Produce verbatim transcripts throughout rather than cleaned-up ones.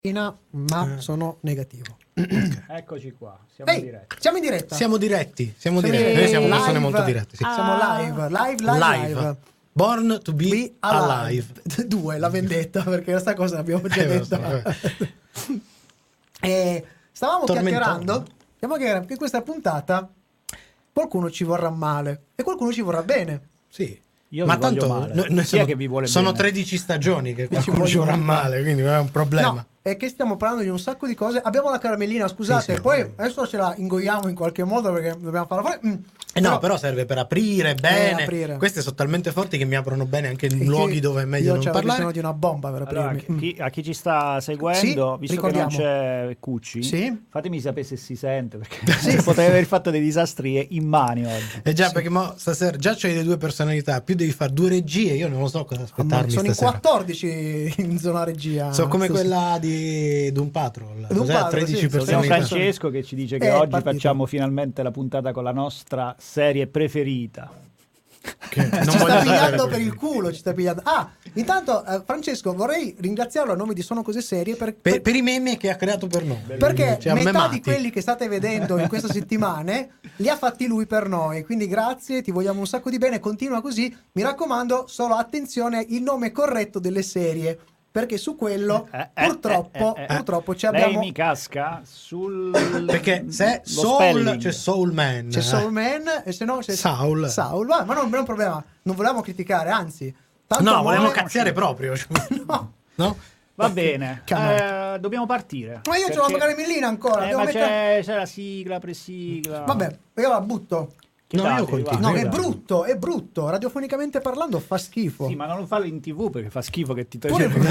ma sono negativo. Okay. Eccoci qua, siamo Ehi, in diretta. Siamo in diretta. Siamo diretti, siamo Siamo diretti. Noi siamo live. persone molto dirette. Sì. Ah. Siamo live, live, live, live. Live. Born to be, Be alive. alive. Due, la vendetta, perché questa cosa l'abbiamo già Eh, lo detta. so, E stavamo Tormentone. chiacchierando, stiamo chiacchierando che in questa puntata qualcuno ci vorrà male e qualcuno ci vorrà bene. Sì. Io Ma vi voglio tanto male. noi, noi Chi è siamo, che vi vuole sono bene? tredici stagioni che Ci qualcuno ci vorrà vogliono male, quindi non è un problema. No, è che stiamo parlando di un sacco di cose. Abbiamo la caramellina, scusate, Sì, sì. poi adesso ce la ingoiamo in qualche modo perché dobbiamo farla fuori. Mm. Eh no, però serve per aprire bene. aprire. Queste sono talmente forti che mi aprono bene anche in E luoghi che dove è meglio io non c'avevo parlare. bisogno di una bomba per Allora, aprirmi. chi- a chi ci sta seguendo, Sì, visto ricordiamo. che non c'è Cucci, Sì. fatemi sapere se si sente, perché potrei aver fatto dei disastri immani oggi. Eh già, perché mo stasera già c'hai le due personalità, più devi fare due regie, io non lo so cosa Mm. aspettarmi Sono in stasera. quattordici in zona regia. So come Stasera. quella di Doom Patrol. Doom Cos'è? Patrol, tredici sì, Abbiamo personalità. Francesco che ci dice che Eh, oggi partito. facciamo finalmente la puntata con la nostra serie preferita. Che non Ci sta voglio pigliando sapere. per il culo, ci sta pigliando. Ah, intanto eh, Francesco, vorrei ringraziarlo a nome di Sono Cose Serie per, Per, per i meme che ha creato per noi. perché Cioè, metà memati. di quelli che state vedendo in queste settimane li ha fatti lui per noi, quindi grazie, ti vogliamo un sacco di bene, continua così, mi raccomando, solo attenzione il nome corretto delle serie, perché su quello Eh, eh, purtroppo, eh, eh, eh. purtroppo ci Lei abbiamo mi casca sul Perché se lo Soul spelling. c'è Soul Man. c'è Soul Man e se no c'è Saul. Saul, va, ma non, non è un problema, non volevamo criticare, anzi, tanto No, amore- volevamo cazziare proprio. No. No? Va Ok, bene, chiamate. eh, dobbiamo partire. Ma io Perché- c'ho la caramellina ancora, Eh, devo ma mettere- c'è, c'è la sigla, presigla. Vabbè, io la butto. Che No, date, io continuo. va, No, che è date? brutto, è brutto. Radiofonicamente parlando fa schifo. Sì, ma non lo farlo in tv perché fa schifo che ti Pure- toglie.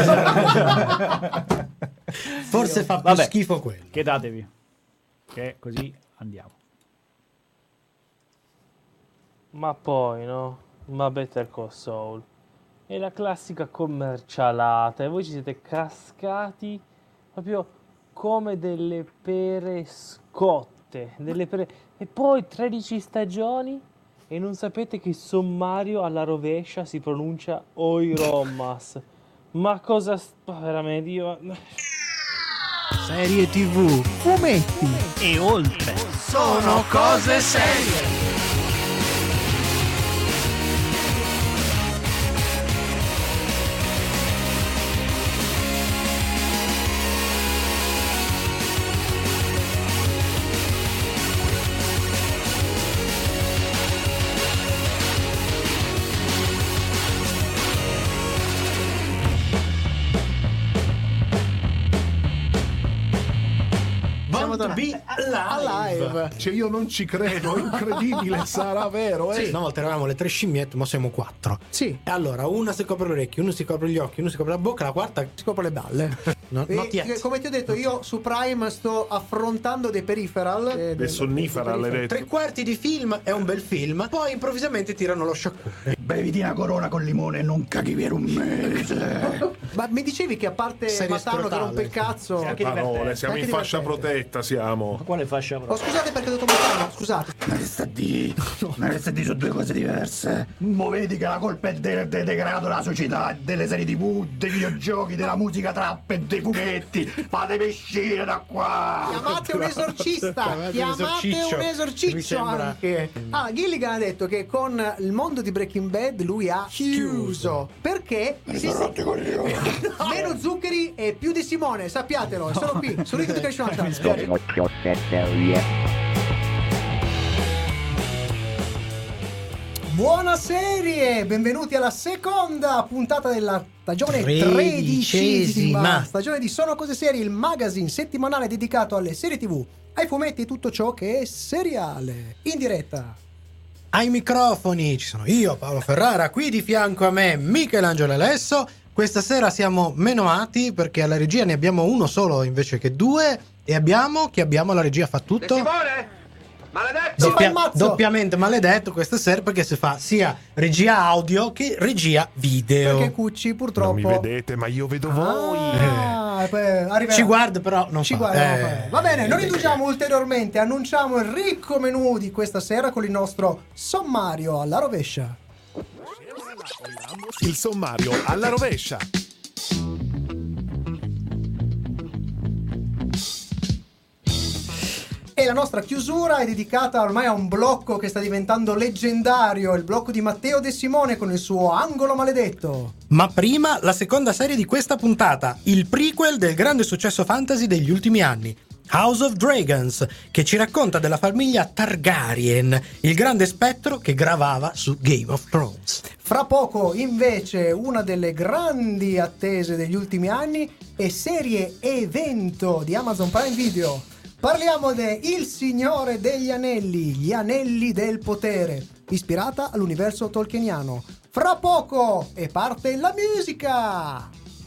Forse fa più Vabbè. schifo quello. Chiedatevi, che così andiamo. Ma poi no, ma Better Call Saul è la classica commercialata e voi ci siete cascati proprio come delle pere scotte, delle pere... e poi tredici stagioni e non sapete che il sommario alla rovescia si pronuncia Oiromas. Ma cosa... st- ma veramente io... Serie tv Fumetti. e oltre. Sono cose serie. Born to be alive. Alive. Cioè io non ci credo, è incredibile, sarà vero, eh? Sì, una volta eravamo le tre scimmiette, ma siamo quattro. Sì, E allora, una si copre le orecchie, uno si copre gli occhi, uno si copre la bocca, la quarta si copre le balle. no, E, not yet. come ti ho detto, io su Prime sto affrontando dei peripheral. eh, Del sonnifera, l'hai detto. Tre quarti di film è un bel film, poi improvvisamente tirano lo sciacquone. Bevitina Corona con limone, non caghi per un mese. Ma mi dicevi che a parte Serie Matano che scrotale. rompe il cazzo. Anche Parole, divertente. siamo Anche in fascia divertente. protetta, siamo. Ma quale fascia Oh, proprio? scusate perché ho detto Matano, scusate. Ma che sta di? Ma che sta di sono due cose diverse. Mo vedi che la colpa è del de, degrado della società, delle serie tv, dei videogiochi, della musica trap e dei fumetti. Fatemi uscire da qua. Chiamate un esorcista, Chiamate un chiamate esorciccio. un Mi esorciccio sembra- anche. Ah, Gilligan ha detto che con il mondo di Breaking Bad lui ha chiuso. Perché? Mi Si- sono rotti i coglioni. Meno zuccheri e più di Simone, sappiatelo, è solo qui, su Liquid Education Channel. Sono cose serie. Buona serie, benvenuti alla seconda puntata della stagione Tredicesima. tredicesima stagione di Sono Cose Serie, il magazine settimanale dedicato alle serie tv, ai fumetti e tutto ciò che è seriale. In diretta Ai microfoni ci sono io, Paolo Ferrara, qui di fianco a me Michelangelo Alesso. Questa sera siamo menomati perché alla regia ne abbiamo uno solo invece che due. E abbiamo, chi abbiamo alla regia fa tutto? Si fa il Doppia- mazzo. doppiamente maledetto questa sera perché si fa sia regia audio che regia video. perché Cucci purtroppo Non mi vedete, ma io vedo voi. Ah, poi arriverà. Ci guarda però non Ci fa. guarda, Eh, non fa. Va bene, non indugiamo ulteriormente, annunciamo il ricco menù di questa sera con il nostro sommario alla rovescia. Il sommario alla rovescia. la nostra chiusura è dedicata ormai a un blocco che sta diventando leggendario, il blocco di Matteo De Simone con il suo Angolo Maledetto. Ma prima la seconda serie di questa puntata, il prequel del grande successo fantasy degli ultimi anni, House of Dragons, che ci racconta della famiglia Targaryen, il grande spettro che gravava su Game of Thrones. Fra poco invece una delle grandi attese degli ultimi anni è serie evento di Amazon Prime Video. Parliamo de Il Signore degli Anelli, gli Anelli del Potere, ispirata all'universo tolkieniano. Fra poco e parte la musica!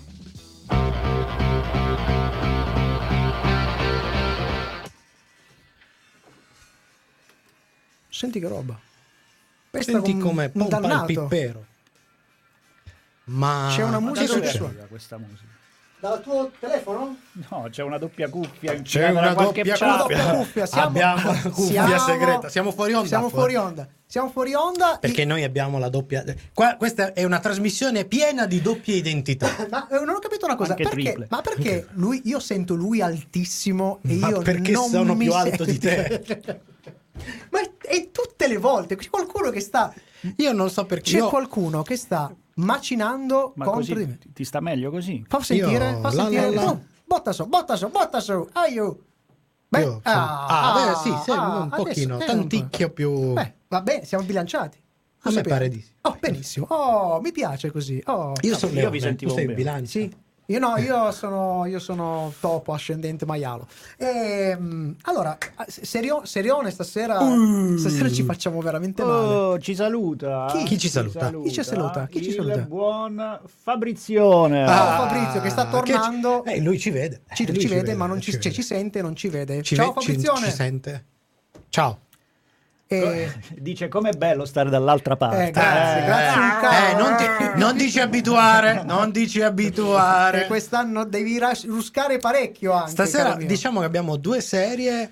Senti che roba. Questa Senti con- come un pompa il dannato. pippero. Ma C'è una Ma musica da dove che arriva questa musica? Dal tuo telefono? No, c'è una doppia cuffia C'è infilata una da qualche doppia chat. doppia cuffia. Siamo- Abbiamo la cuffia siamo- segreta. Siamo fuori onda. Siamo fuori onda. Siamo fuori onda. Perché noi abbiamo la doppia. Qua, questa è una trasmissione piena di doppie identità. Ma eh, non ho capito una cosa. Anche Perché? triple. Ma perché lui, io sento lui altissimo e Ma io perché non sono mi più alto di sento. Ma è, è tutte le volte c'è qualcuno che sta. Io non so perché. C'è io- qualcuno che sta macinando Ma contro così di me. ti- ti sta meglio così? Fa sentire, Io- fa la, sentire. la, la. Boom, botta su, botta su, botta su, aiu. Beh, io- ah, ah, beh, ah, sì, sì, ah, un pochino, adesso, eh, un po'. tanticchio più. Beh, va bene, siamo bilanciati. A me sapete? pare di sì. Oh, benissimo. Oh, mi piace così. Oh. Io sono io Leone, vi sentivo tu sei bene. bilancio. Sì. Io no, io sono, io sono topo ascendente maialo. Ehm, allora, serio, serione stasera, stasera ci facciamo veramente male. Oh, ci saluta. Chi? Chi ci saluta? Chi ci saluta? Chi ci il saluta? buon Fabrizione. Ah, Fabrizio che sta che tornando. ci- eh, lui ci vede. Ci, Lui ci vede, ma non ci, ci cioè, vede. ci sente, non ci vede. Ci Ciao ve- ci- Fabrizione. ci sente. Ciao. Eh, Dice com'è bello stare dall'altra parte. Eh, grazie, grazie un cavolo. Eh, non, ti, non dici abituare, non dici abituare. e quest'anno devi ras- ruscare parecchio anche. Stasera caro mio. diciamo che abbiamo due serie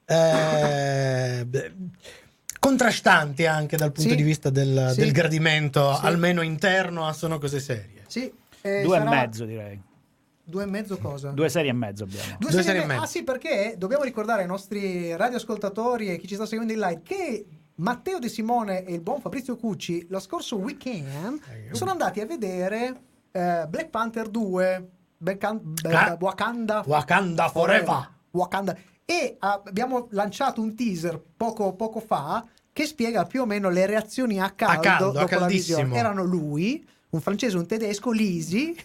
eh, beh, contrastanti anche dal punto Sì, di vista del, sì, del gradimento, sì. almeno interno a Sono Cose Serie. Sì, eh, Due sarà- e mezzo direi. Due e mezzo cosa? Due serie e mezzo abbiamo. Due Due serie serie e e me- mezzo. Ah sì, perché dobbiamo ricordare ai nostri radioascoltatori e chi ci sta seguendo in live che Matteo De Simone e il buon Fabrizio Cucci lo scorso weekend sono andati a vedere eh, Black Panther due, Black Ah. Wakanda Wakanda Forever. Wakanda. E ah, abbiamo lanciato un teaser poco, poco fa che spiega più o meno le reazioni a caldo, A caldo, a dopo la caldissimo. visione. Erano lui, un francese, un tedesco, Lisi,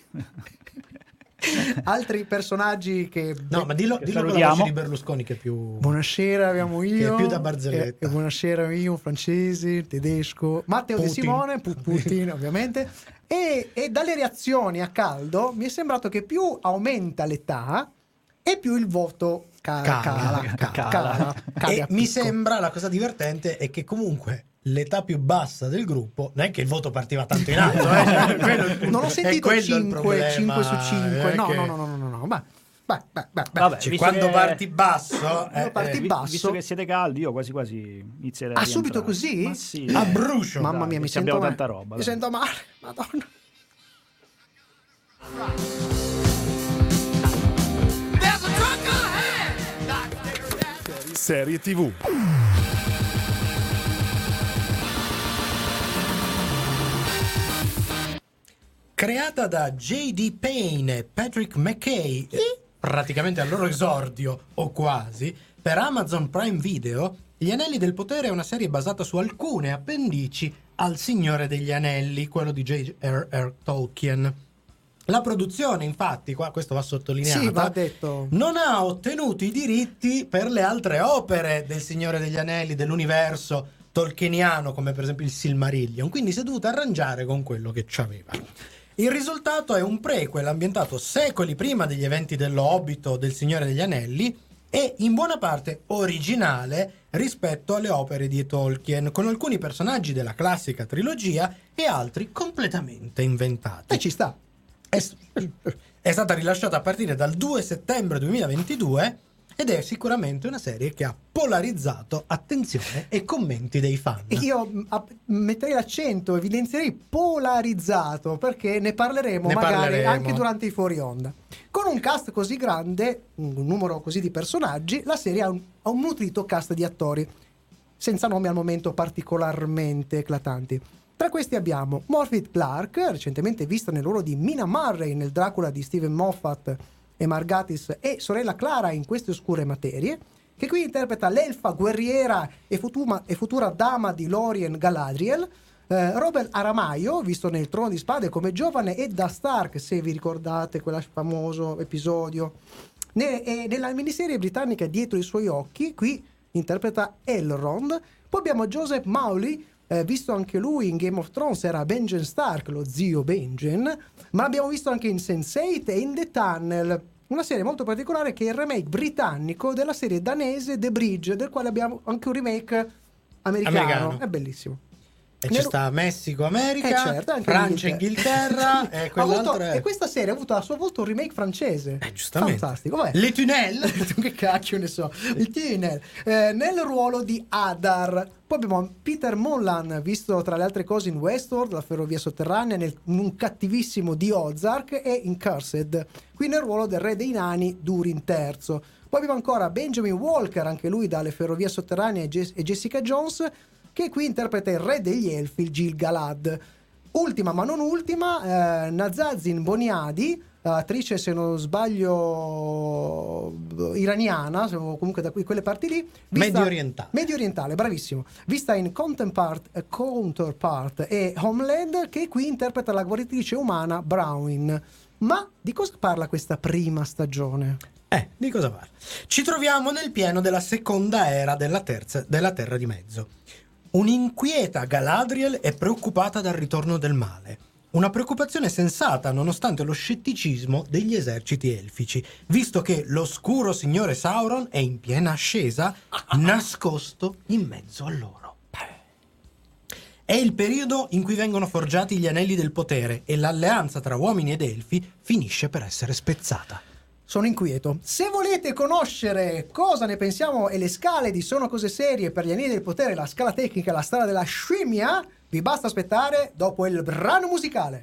altri personaggi che... No, ma dillo, Che dillo con la salutiamo. voce di Berlusconi che è più... Buonasera, abbiamo io. Che è più da barzelletta. E, e buonasera io, un francese, tedesco, Matteo De Putin. Simone, Pu- Putin ovviamente. E, e dalle reazioni a caldo mi è sembrato che più aumenta l'età e più il voto ca- Cala. cala, cala, Cala. cala, cade E a mi picco. sembra la cosa divertente è che comunque l'età più bassa del gruppo non è che il voto partiva tanto in alto, eh? Cioè, quello è il punto. Non ho È sentito quello il cinque, problema, cinque su cinque. eh, No, che- no, no, no, no, no, no. Ma, beh, beh, beh, beh. Vabbè, Cioè, visto quando che- parti basso, Quando eh, parti eh, vi- basso. Visto che siete caldi, io quasi quasi inizierei a Ah, subito rientrare. così? Ma sì. a brucio. Mamma dai, mia, mi perché sento abbiamo male. tanta roba, Mi dai. sento male, madonna. Serie tivù. Creata da J D. Payne e Patrick McKay, praticamente al loro esordio, o quasi, per Amazon Prime Video, Gli Anelli del Potere è una serie basata su alcune appendici al Signore degli Anelli, quello di J R R. Tolkien. La produzione, infatti, qua questo va sottolineato, Sì, va detto. non ha ottenuto i diritti per le altre opere del Signore degli Anelli, dell'universo tolkieniano, come per esempio il Silmarillion, quindi si è dovuta arrangiare con quello che c'aveva. Il risultato è un prequel ambientato secoli prima degli eventi dello Hobbit o del Signore degli Anelli e in buona parte originale rispetto alle opere di Tolkien, con alcuni personaggi della classica trilogia e altri completamente inventati. E ci sta. È, è stata rilasciata a partire dal due settembre duemilaventidue ed è sicuramente una serie che ha polarizzato attenzione e commenti dei fan. Io mh, app- metterei l'accento, evidenzierei polarizzato, perché ne parleremo Ne magari parleremo. anche durante i fuori onda. Con un cast così grande, un numero così di personaggi, la serie ha un, ha un nutrito cast di attori, senza nomi al momento particolarmente eclatanti. Tra questi abbiamo Morphy Clark, recentemente vista nel ruolo di Mina Murray nel Dracula di Steven Moffat e Mark Gatiss, e sorella Clara in Queste oscure materie, che qui interpreta l'elfa guerriera e, futuma, e futura dama di Lorien Galadriel. eh, Robert Aramaio, visto nel Trono di Spade come giovane Edda Stark, se vi ricordate quel famoso episodio, ne, e nella miniserie britannica Dietro i suoi occhi, qui interpreta Elrond. Poi abbiamo Joseph Mawley, Eh, visto anche lui in Game of Thrones, era Benjen Stark, lo zio Benjen, ma l'abbiamo visto anche in sense eight e in The Tunnel, una serie molto particolare che è il remake britannico della serie danese The Bridge, del quale abbiamo anche un remake americano, Americano. è bellissimo. E ci Nel- sta Messico, America, Eh, certo, anche Francia, l'Inghilterra. Inghilterra e Ha quell'altro avuto- è... e questa serie ha avuto a sua volta un remake francese. Eh, giustamente. Fantastico. Vabbè. Le Tunnel. Che cacchio ne so. Il Tunnel. Eh, nel ruolo di Adar. Poi abbiamo Peter Mullan, visto tra le altre cose in Westworld, la ferrovia sotterranea, nel, in un cattivissimo di Ozark e in Cursed. Qui nel ruolo del re dei nani, Durin terzo. Poi abbiamo ancora Benjamin Walker, anche lui dalle ferrovie sotterranee, e, Jes- e Jessica Jones, che qui interpreta il re degli elfi, il Gil-galad. Ultima ma non ultima, eh, Nazazin Boniadi, attrice se non sbaglio iraniana, o comunque da qui quelle parti lì, Medio orientale. medio orientale, bravissimo, vista in Counterpart, eh, Counterpart e Homeland, che qui interpreta la guaritrice umana Browin. Ma di cosa parla questa prima stagione? Eh, di cosa parla? Ci troviamo nel pieno della seconda era della terza della Terra di Mezzo. Un'inquieta Galadriel è preoccupata dal ritorno del male. Una preoccupazione sensata nonostante lo scetticismo degli eserciti elfici, visto che l'oscuro signore Sauron è in piena ascesa, nascosto in mezzo a loro. È il periodo in cui vengono forgiati gli anelli del potere e l'alleanza tra uomini ed elfi finisce per essere spezzata. Sono inquieto. Se volete conoscere cosa ne pensiamo e le scale di Sono Cose Serie per gli anelli del potere, la scala tecnica, la strada della scimmia, vi basta aspettare dopo il brano musicale.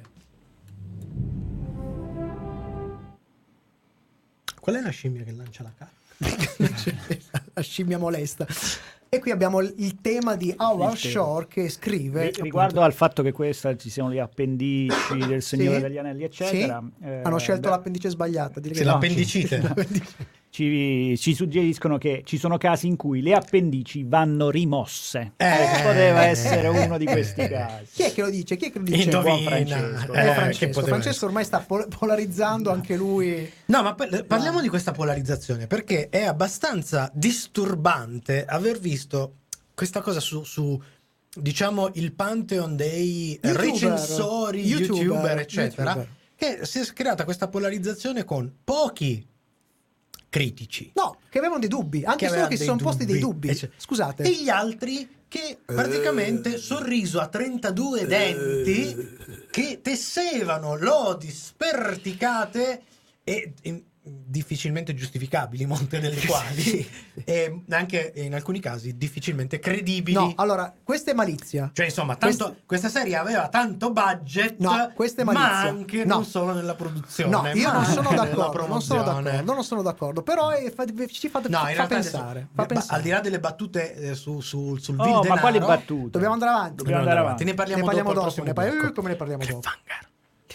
Qual è la scimmia che lancia la carta? La scimmia molesta. E qui abbiamo il, il tema di Howard Shore che scrive Ri- riguardo al fatto che questa ci siano gli appendici del Signore Sì. degli Anelli, eccetera. Sì. eh, Hanno scelto beh, l'appendice sbagliata. direi Se che no. l'appendicite. ci, ci suggeriscono che ci sono casi in cui le appendici vanno rimosse. Eh. Poteva essere uno di questi casi. Chi è che lo dice? Chi è che lo dice? Indovina. Buon Francesco. Eh, Eh, che Francesco. poteva Francesco essere. ormai sta pol- polarizzando anche lui. No, ma pa- parliamo di questa polarizzazione perché è abbastanza disturbante aver visto questa cosa su, su diciamo il pantheon dei YouTuber. recensori, youtuber, YouTuber, eccetera, YouTuber. che si è creata questa polarizzazione con pochi critici No, che avevano dei dubbi. Anche che solo avevano che si dei sono posti dei dubbi. ecce- Scusate. e gli altri che praticamente sorriso a trentadue denti che tessevano lodi sperticate e, e difficilmente giustificabili, molte delle quali e anche in alcuni casi difficilmente credibili. No, allora, questa è malizia. Cioè, insomma, tanto, Questa- questa serie aveva tanto budget, No, questa è ma malizia. anche No. non solo nella produzione, No, io ma non sono anche nella d'accordo, non sono promozione. d'accordo, non sono d'accordo, però è- fa- ci fa, No, in fa realtà pensare, adesso, fa ba- pensare. al di là delle battute eh, su, su- sul Oh, vil ma denaro, quali battute? Dobbiamo andare avanti. Dobbiamo andare avanti. Ne parliamo, Ne parliamo dopo, dopo, al ne prossimo parliamo- blocco. come ne parliamo dopo. Cliffhanger.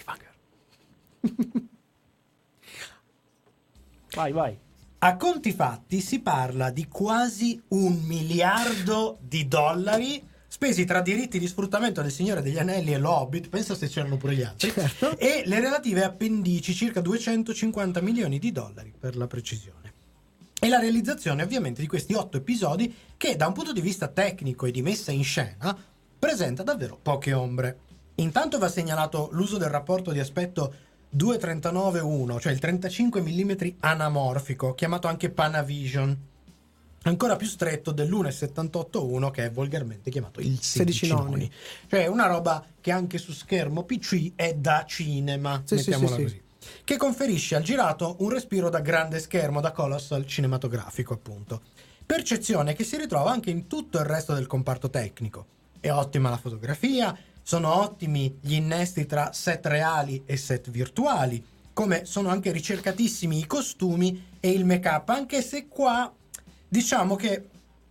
Vai, vai. A conti fatti si parla di quasi un miliardo di dollari spesi tra diritti di sfruttamento del Signore degli Anelli e l'Hobbit, pensa se c'erano pure gli altri, Certo. e le relative appendici, circa duecentocinquanta milioni di dollari per la precisione. E la realizzazione ovviamente di questi otto episodi che da un punto di vista tecnico e di messa in scena presenta davvero poche ombre. Intanto va segnalato l'uso del rapporto di aspetto due trentanove uno, cioè il trentacinque millimetri anamorfico, chiamato anche Panavision, ancora più stretto dell'uno settantotto uno che è volgarmente chiamato il sedici noni. Cioè una roba che anche su schermo P C è da cinema, Sì, sì, mettiamola sì, sì. così. che conferisce al girato un respiro da grande schermo, da colossal cinematografico appunto. Percezione che si ritrova anche in tutto il resto del comparto tecnico. È ottima la fotografia, sono ottimi gli innesti tra set reali e set virtuali, come sono anche ricercatissimi i costumi e il make-up, anche se qua diciamo che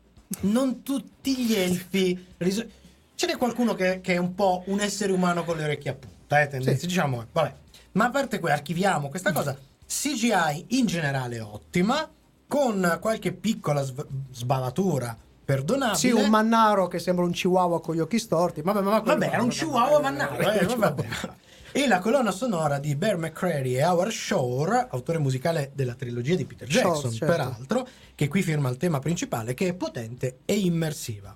non tutti gli elfi ris- ce n'è qualcuno che, che è un po' un essere umano con le orecchie a punta, eh, tendenza, sì. Diciamo, vabbè. Ma a parte qui archiviamo questa cosa. C G I in generale ottima, con qualche piccola sv- sbavatura perdonabile. Sì, un mannaro che sembra un chihuahua con gli occhi storti. Vabbè, ma vabbè, era un chihuahua mannaro. Eh, vabbè. E la colonna sonora di Bear McCreary e Howard Shore, autore musicale della trilogia di Peter Jackson, Shore, certo. Peraltro, che qui firma il tema principale, che è potente e immersiva.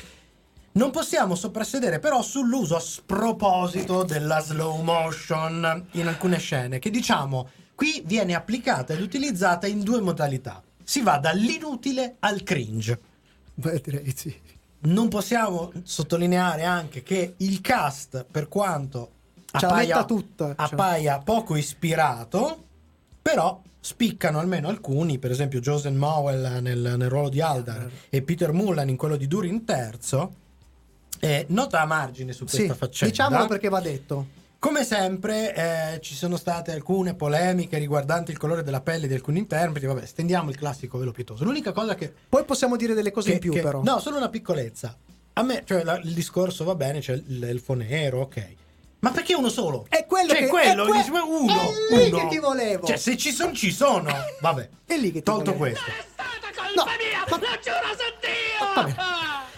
Non possiamo soprassedere però sull'uso a sproposito della slow motion in alcune scene, che diciamo qui viene applicata ed utilizzata in due modalità. Si va dall'inutile al cringe. Beh, direi sì. Non possiamo sottolineare anche che il cast, per quanto Ce la metta tutta, appaia poco ispirato, però spiccano almeno alcuni, per esempio Josen Mowell nel, nel ruolo di Aldar e Peter Mullan in quello di Durin terzo. Eh, nota a margine su questa sì, faccenda. diciamolo perché va detto. Come sempre eh, ci sono state alcune polemiche riguardanti il colore della pelle di alcuni interpreti. Vabbè, stendiamo il classico velo pietoso. L'unica cosa che poi possiamo dire delle cose che, in più, che, però. No, solo una piccolezza. A me, cioè, la, il discorso va bene, c'è cioè l'elfo nero, ok. Ma perché uno solo? È quello cioè, che quello, è que- dice, uno, è lì uno. che ti volevo. Cioè, se ci sono, ci sono. Vabbè. È lì che ti tolto volevo. questo. No, mia, ma... lo giuro su Dio!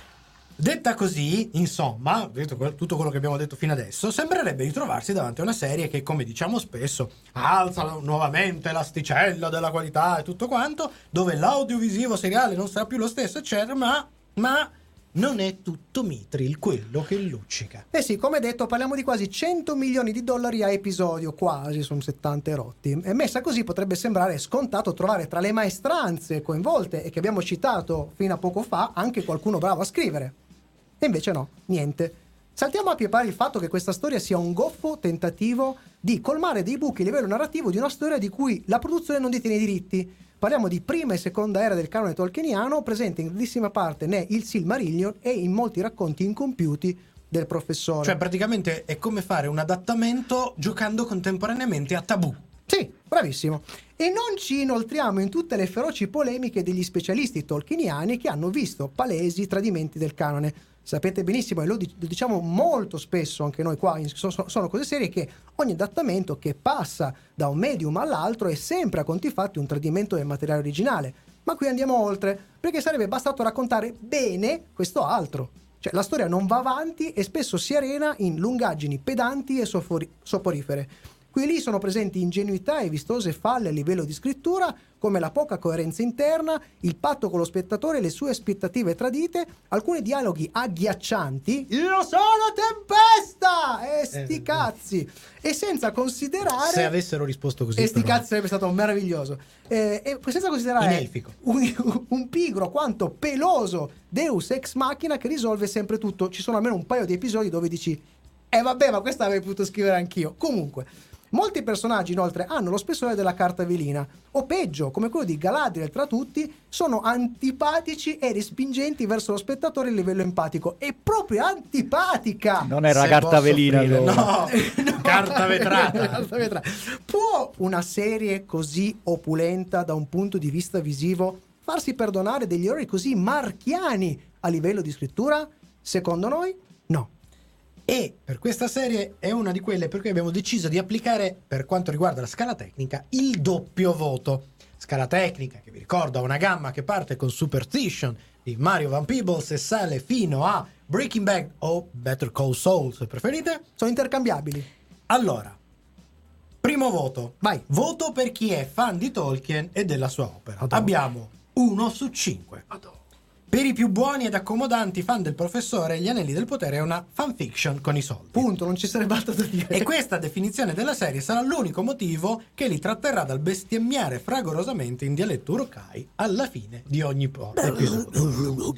Detta così, insomma, tutto quello che abbiamo detto fino adesso, sembrerebbe di trovarsi davanti a una serie che, come diciamo spesso, alza nuovamente l'asticella della qualità e tutto quanto, dove l'audiovisivo seriale non sarà più lo stesso, eccetera, ma, ma non è tutto Mithril quello che luccica. Eh sì, come detto, parliamo di quasi cento milioni di dollari a episodio, quasi, sono settanta rotti. E messa così potrebbe sembrare scontato trovare tra le maestranze coinvolte, e che abbiamo citato fino a poco fa, anche qualcuno bravo a scrivere. E invece no, niente. Saltiamo a pie pari il fatto che questa storia sia un goffo tentativo di colmare dei buchi a livello narrativo di una storia di cui la produzione non detiene i diritti. Parliamo di prima e seconda era del canone tolkieniano, presente in grandissima parte nel Silmarillion e in molti racconti incompiuti del professore. Cioè praticamente è come fare un adattamento giocando contemporaneamente a Tabù. Sì, bravissimo. E non ci inoltriamo in tutte le feroci polemiche degli specialisti tolkieniani che hanno visto palesi tradimenti del canone. Sapete benissimo, e lo diciamo molto spesso anche noi qua, sono cose serie, che ogni adattamento che passa da un medium all'altro è sempre a conti fatti un tradimento del materiale originale. Ma qui andiamo oltre, perché sarebbe bastato raccontare bene questo altro. Cioè la storia non va avanti e spesso si arena in lungaggini pedanti e sofori- soporifere. Qui e lì sono presenti ingenuità e vistose falle a livello di scrittura, come la poca coerenza interna, il patto con lo spettatore e le sue aspettative tradite, alcuni dialoghi agghiaccianti, io sono Tempesta! E sti cazzi! E senza considerare... Se avessero risposto così... E sti però. cazzi sarebbe stato meraviglioso. Eh, e senza considerare... In elfico. Un, un pigro quanto peloso Deus Ex Machina che risolve sempre tutto. Ci sono almeno un paio di episodi dove dici eh vabbè, ma questa avrei potuto scrivere anch'io. Comunque, molti personaggi inoltre hanno lo spessore della carta velina, o peggio, come quello di Galadriel tra tutti, sono antipatici e respingenti verso lo spettatore a livello empatico. È proprio antipatica! Non era Se carta posso velina, offrire. allora. No, No, carta vetrata. carta vetrata. Può una serie così opulenta da un punto di vista visivo farsi perdonare degli errori così marchiani a livello di scrittura? Secondo noi, no. E per questa serie è una di quelle per cui abbiamo deciso di applicare, per quanto riguarda la scala tecnica, il doppio voto. Scala tecnica che vi ricordo ha una gamma che parte con Superstition di Mario Van Peebles e sale fino a Breaking Bad o Better Call Saul, se preferite. Sono intercambiabili. Allora, primo voto. Vai. Voto per chi è fan di Tolkien e della sua opera. Madonna. Abbiamo uno su cinque. Per i più buoni ed accomodanti fan del professore, Gli Anelli del Potere è una fanfiction con i soldi. Punto, non ci sarebbe altro da dire. E questa definizione della serie sarà l'unico motivo che li tratterrà dal bestemmiare fragorosamente in dialetto urukai alla fine di ogni po- episodio.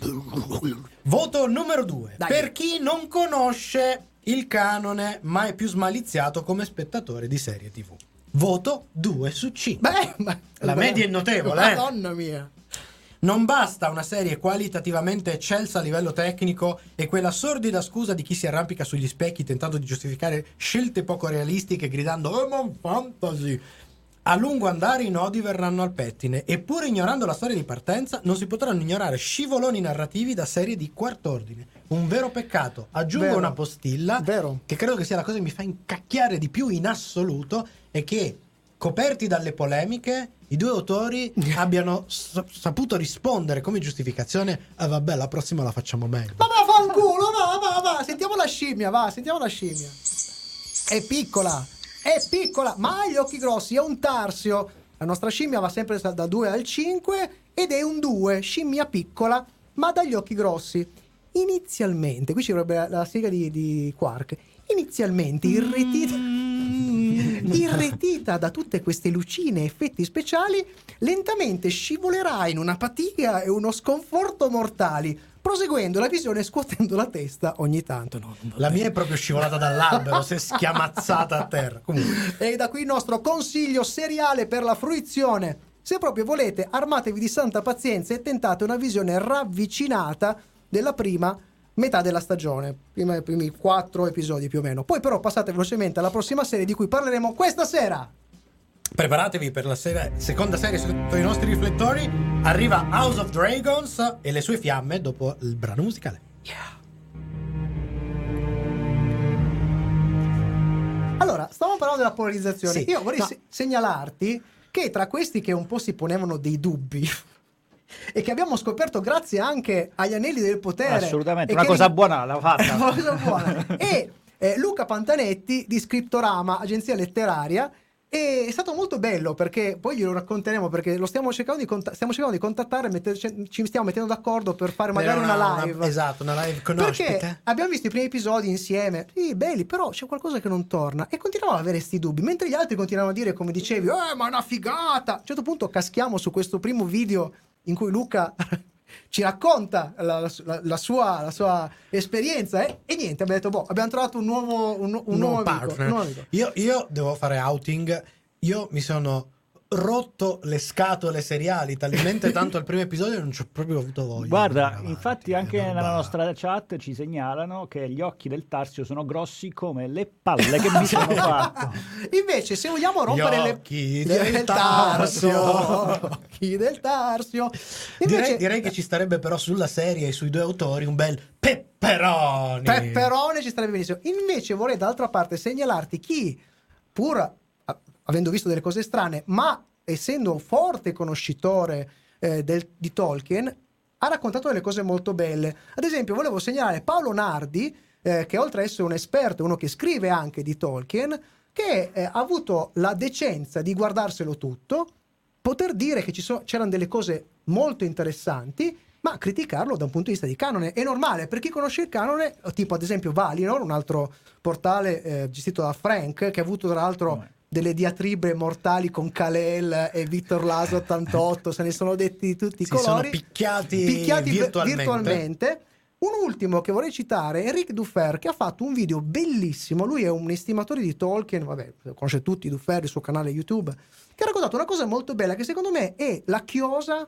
Voto numero due. Dai. Per chi non conosce il canone, ma è più smaliziato come spettatore di serie tivù. voto due su cinque. Beh, ma- La media è notevole, eh? Madonna mia. Non basta una serie qualitativamente eccelsa a livello tecnico e quella sordida scusa di chi si arrampica sugli specchi tentando di giustificare scelte poco realistiche gridando "Oh, ma fantasy". A lungo andare i nodi verranno al pettine, eppure ignorando la storia di partenza non si potranno ignorare scivoloni narrativi da serie di quart'ordine. Un vero peccato. Aggiungo Vero. una postilla Vero. che credo che sia la cosa che mi fa incacchiare di più in assoluto, è che, coperti dalle polemiche, i due autori abbiano sa- saputo rispondere come giustificazione "ah vabbè, la prossima la facciamo meglio". Ma va, fa un culo, va, va, va. Sentiamo la scimmia, va, sentiamo la scimmia. È piccola, è piccola, ma ha gli occhi grossi, è un tarsio. La nostra scimmia va sempre da due al cinque ed è un due, scimmia piccola, ma dagli occhi grossi. Inizialmente, qui ci vorrebbe la, la sigla di, di Quark. Inizialmente irretita, irretita da tutte queste lucine e effetti speciali, lentamente scivolerà in un'apatia e uno sconforto mortali, proseguendo la visione e scuotendo la testa ogni tanto. No, non va La bene. mia è proprio scivolata dall'albero, si è schiamazzata a terra. Comunque, E da qui il nostro consiglio seriale per la fruizione. Se proprio volete, armatevi di santa pazienza e tentate una visione ravvicinata della prima metà della stagione, prima i primi quattro episodi più o meno. Poi però passate velocemente alla prossima serie di cui parleremo questa sera. preparatevi per la serie- seconda serie sotto i nostri riflettori. Arriva House of Dragons e le sue fiamme dopo il brano musicale. Allora, stavamo parlando della polarizzazione. Sì. Io vorrei No. se- segnalarti che tra questi che un po' si ponevano dei dubbi e che abbiamo scoperto grazie anche agli anelli del potere, Assolutamente, e una che cosa ri- buona l'ha fatta. Una cosa buona. E eh, Luca Pantanetti di Scriptorama, agenzia letteraria, e è stato molto bello perché poi glielo racconteremo, perché lo stiamo cercando di, cont- stiamo cercando di contattare, mette- ci stiamo mettendo d'accordo per fare magari Era una, live. esatto, una live con Perché ospite. abbiamo visto i primi episodi insieme, sì, belli, però c'è qualcosa che non torna e continuavamo ad avere sti dubbi, mentre gli altri continuavano a dire, come dicevi, eh, ma è una figata. A un certo punto caschiamo su questo primo video in cui Luca ci racconta la, la- la sua, la sua esperienza, eh? E niente, abbiamo detto, boh, abbiamo trovato un nuovo, un, un Un nuovo nuovo amico, partner. un nuovo amico. Io, io devo fare outing. Io mi sono rotto le scatole seriali talmente tanto al primo episodio che non ci ho proprio avuto voglia. di Guarda, andare avanti. infatti anche È una nella roba- nostra chat ci segnalano che gli occhi del Tarsio sono grossi come le palle che mi sono fatto. Invece, se vogliamo rompere Gli le occhi del del Tarsio, Tarsio. occhi del Tarsio. Direi, Invece, direi che ci starebbe però sulla serie e sui due autori un bel pepperoni. Pepperone ci starebbe benissimo. Invece vorrei d'altra parte segnalarti chi, pur a- avendo visto delle cose strane, ma essendo un forte conoscitore eh, del- di Tolkien, ha raccontato delle cose molto belle. Ad esempio, volevo segnalare Paolo Nardi, eh, che oltre a essere un esperto, uno che scrive anche di Tolkien, che eh, ha avuto la decenza di guardarselo tutto, poter dire che ci so- c'erano delle cose molto interessanti, ma criticarlo da un punto di vista di canone è normale. Per chi conosce il canone, tipo ad esempio Valinor, un altro portale eh, gestito da Frank, che ha avuto tra l'altro Come? delle diatribe mortali con Kalel e Victor Laso ottantotto, se ne sono detti di tutti i Si sono colori, picchiati, picchiati virtualmente. virtualmente. Un ultimo che vorrei citare è Eric Dufer, che ha fatto un video bellissimo. Lui è un estimatore di Tolkien, vabbè, conosce tutti Dufer, il suo canale YouTube, che ha raccontato una cosa molto bella che secondo me è la chiosa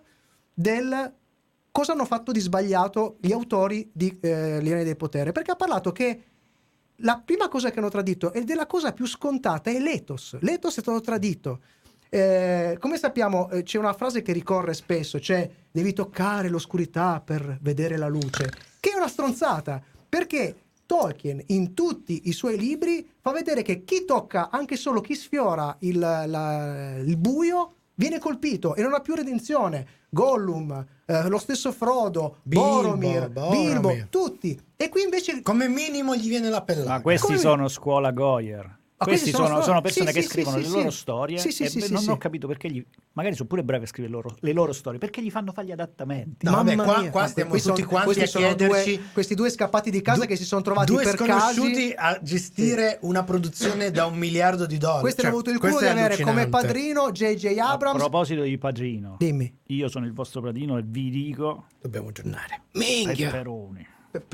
del cosa hanno fatto di sbagliato gli autori di eh, Gli Anelli del Potere, perché ha parlato che la prima cosa che hanno tradito e della cosa più scontata è l'ethos. L'ethos è stato tradito. Eh, come sappiamo, eh, c'è una frase che ricorre spesso, cioè devi toccare l'oscurità per vedere la luce, che è una stronzata, perché Tolkien in tutti i suoi libri fa vedere che chi tocca, anche solo chi sfiora il, la- il buio, viene colpito e non ha più redenzione. Gollum, eh, lo stesso Frodo, Bilbo, Boromir, Boromir. Bilbo, tutti. E qui invece Come minimo gli viene la pellata. Ma questi Come- sono scuola Goyer. Ma Questi questi sono sono, storie- sono persone sì, che sì, scrivono sì, le sì, loro sì. storie Sì, sì, e sì, beh, sì, non sì. ho capito perché gli magari sono pure bravi a scrivere loro- le loro storie, perché gli fanno fare gli adattamenti. No, vabbè, Mamma qua, mia. qua Ma stiamo questi tutti sono- quanti a questi sono chiederci due- questi due scappati di casa du- che si sono trovati due per sconosciuti casi. a gestire una produzione da un miliardo di dollari. Questi Cioè, hanno avuto il culo questo di è avere come allucinante. padrino J J A Abrams. proposito di Pagino, Dimmi. io sono il vostro padrino e vi dico Dobbiamo aggiornare. pepperoni.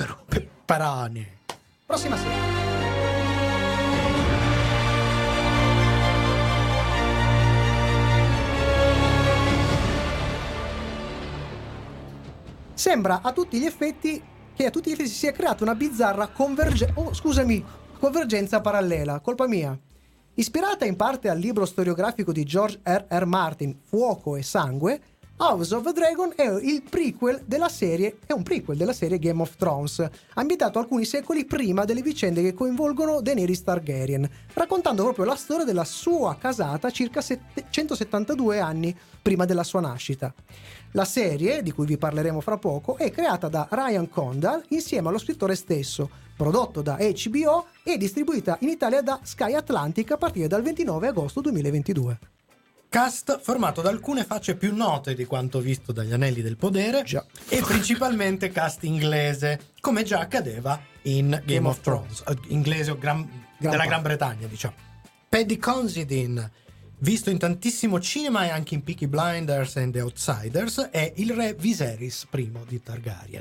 Pepperoni. Prossima sera. Sembra a tutti gli effetti che a tutti gli effetti si sia creata una bizzarra converge- oh, scusami, convergenza parallela, colpa mia. Ispirata in parte al libro storiografico di George R R. Martin, Fuoco e Sangue, House of the Dragon è il prequel della serie, è un prequel della serie Game of Thrones, ambientato alcuni secoli prima delle vicende che coinvolgono Daenerys Targaryen, raccontando proprio la storia della sua casata circa centosettantadue anni prima della sua nascita. La serie, di cui vi parleremo fra poco, è creata da Ryan Condal insieme allo scrittore stesso, prodotto da H B O e distribuita in Italia da Sky Atlantic a partire dal ventinove agosto duemilaventidue. Cast formato da alcune facce più note di quanto visto dagli Anelli del Podere, Già. e principalmente cast inglese, come già accadeva in Game, Game of of Thrones, eh, inglese o gran- Gran della parte. Gran Bretagna, diciamo. Paddy Considine, visto in tantissimo cinema e anche in Peaky Blinders and The Outsiders, è il re Viserys I di Targaryen.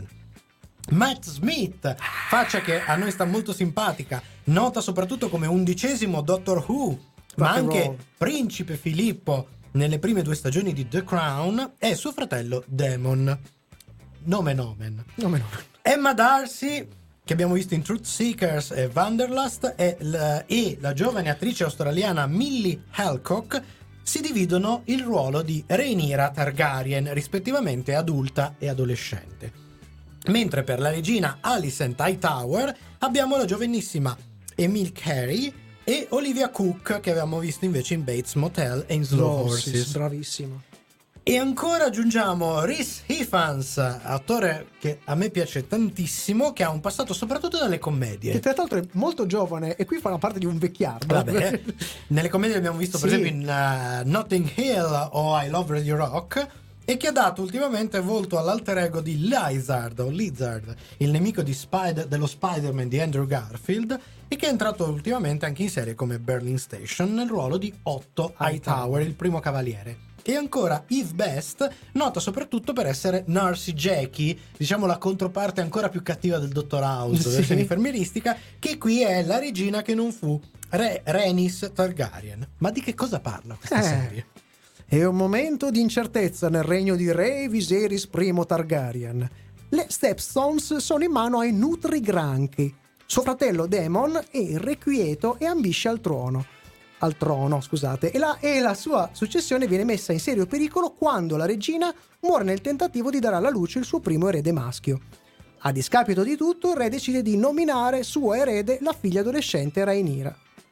Matt Smith, faccia che a noi sta molto simpatica, nota soprattutto come undicesimo Doctor Who, ma Rock and anche roll. Principe Filippo nelle prime due stagioni di The Crown, è suo fratello Daemon. Nome nomen. No, meno. Emma Darcy, che abbiamo visto in Truth Seekers e Wanderlust, e, l- e la giovane attrice australiana Millie Halcock si dividono il ruolo di Rhaenyra Targaryen, rispettivamente adulta e adolescente. Mentre per la regina Alicent Hightower abbiamo la giovanissima Emile Carey e Olivia Cook, che avevamo visto invece in Bates Motel e in Slow Horses. Bravissimo. E ancora aggiungiamo Rhys Ifans, attore che a me piace tantissimo, che ha un passato soprattutto nelle Che commedie. tra l'altro è molto giovane e qui fa una parte di un vecchiardo. Vabbè, nelle commedie l'abbiamo visto per Sì. esempio in uh, Notting Hill o I Love Radio Rock, e che ha dato ultimamente volto all'alter ego di Lizard o Lizard, il nemico di Spider- dello Spider-Man di Andrew Garfield, e che è entrato ultimamente anche in serie come Berlin Station nel ruolo di Otto Hightower, il primo cavaliere. E ancora Eve Best, nota soprattutto per essere Narcy Jackie, diciamo la controparte ancora più cattiva del Dottor House, Sì. versione infermieristica, che qui è la regina che non fu, Re Rhaenys Targaryen. Ma di che cosa parla questa Eh. serie? È un momento di incertezza nel regno di Re Viserys I Targaryen. Le Stepstones sono in mano ai Nutrigranchi. Suo fratello Daemon è irrequieto e ambisce al trono. Al trono, scusate, e la, e la sua successione viene messa in serio pericolo quando la regina muore nel tentativo di dare alla luce il suo primo erede maschio. A discapito di tutto, il re decide di nominare sua erede la figlia adolescente Rhaenyra,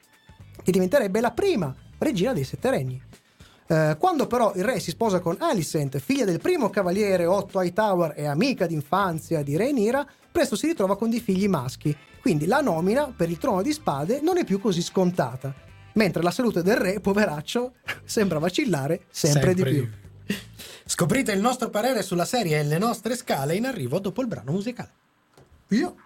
che diventerebbe la prima regina dei Sette Regni. Eh, quando però il re si sposa con Alicent, figlia del primo cavaliere Otto Hightower e amica d'infanzia di Rhaenyra, presto si ritrova con dei figli maschi, quindi la nomina per il trono di spade non è più così scontata, mentre la salute del re, poveraccio, sembra vacillare sempre, di più. Scoprite il nostro parere sulla serie e le nostre scale in arrivo dopo il brano musicale. Io?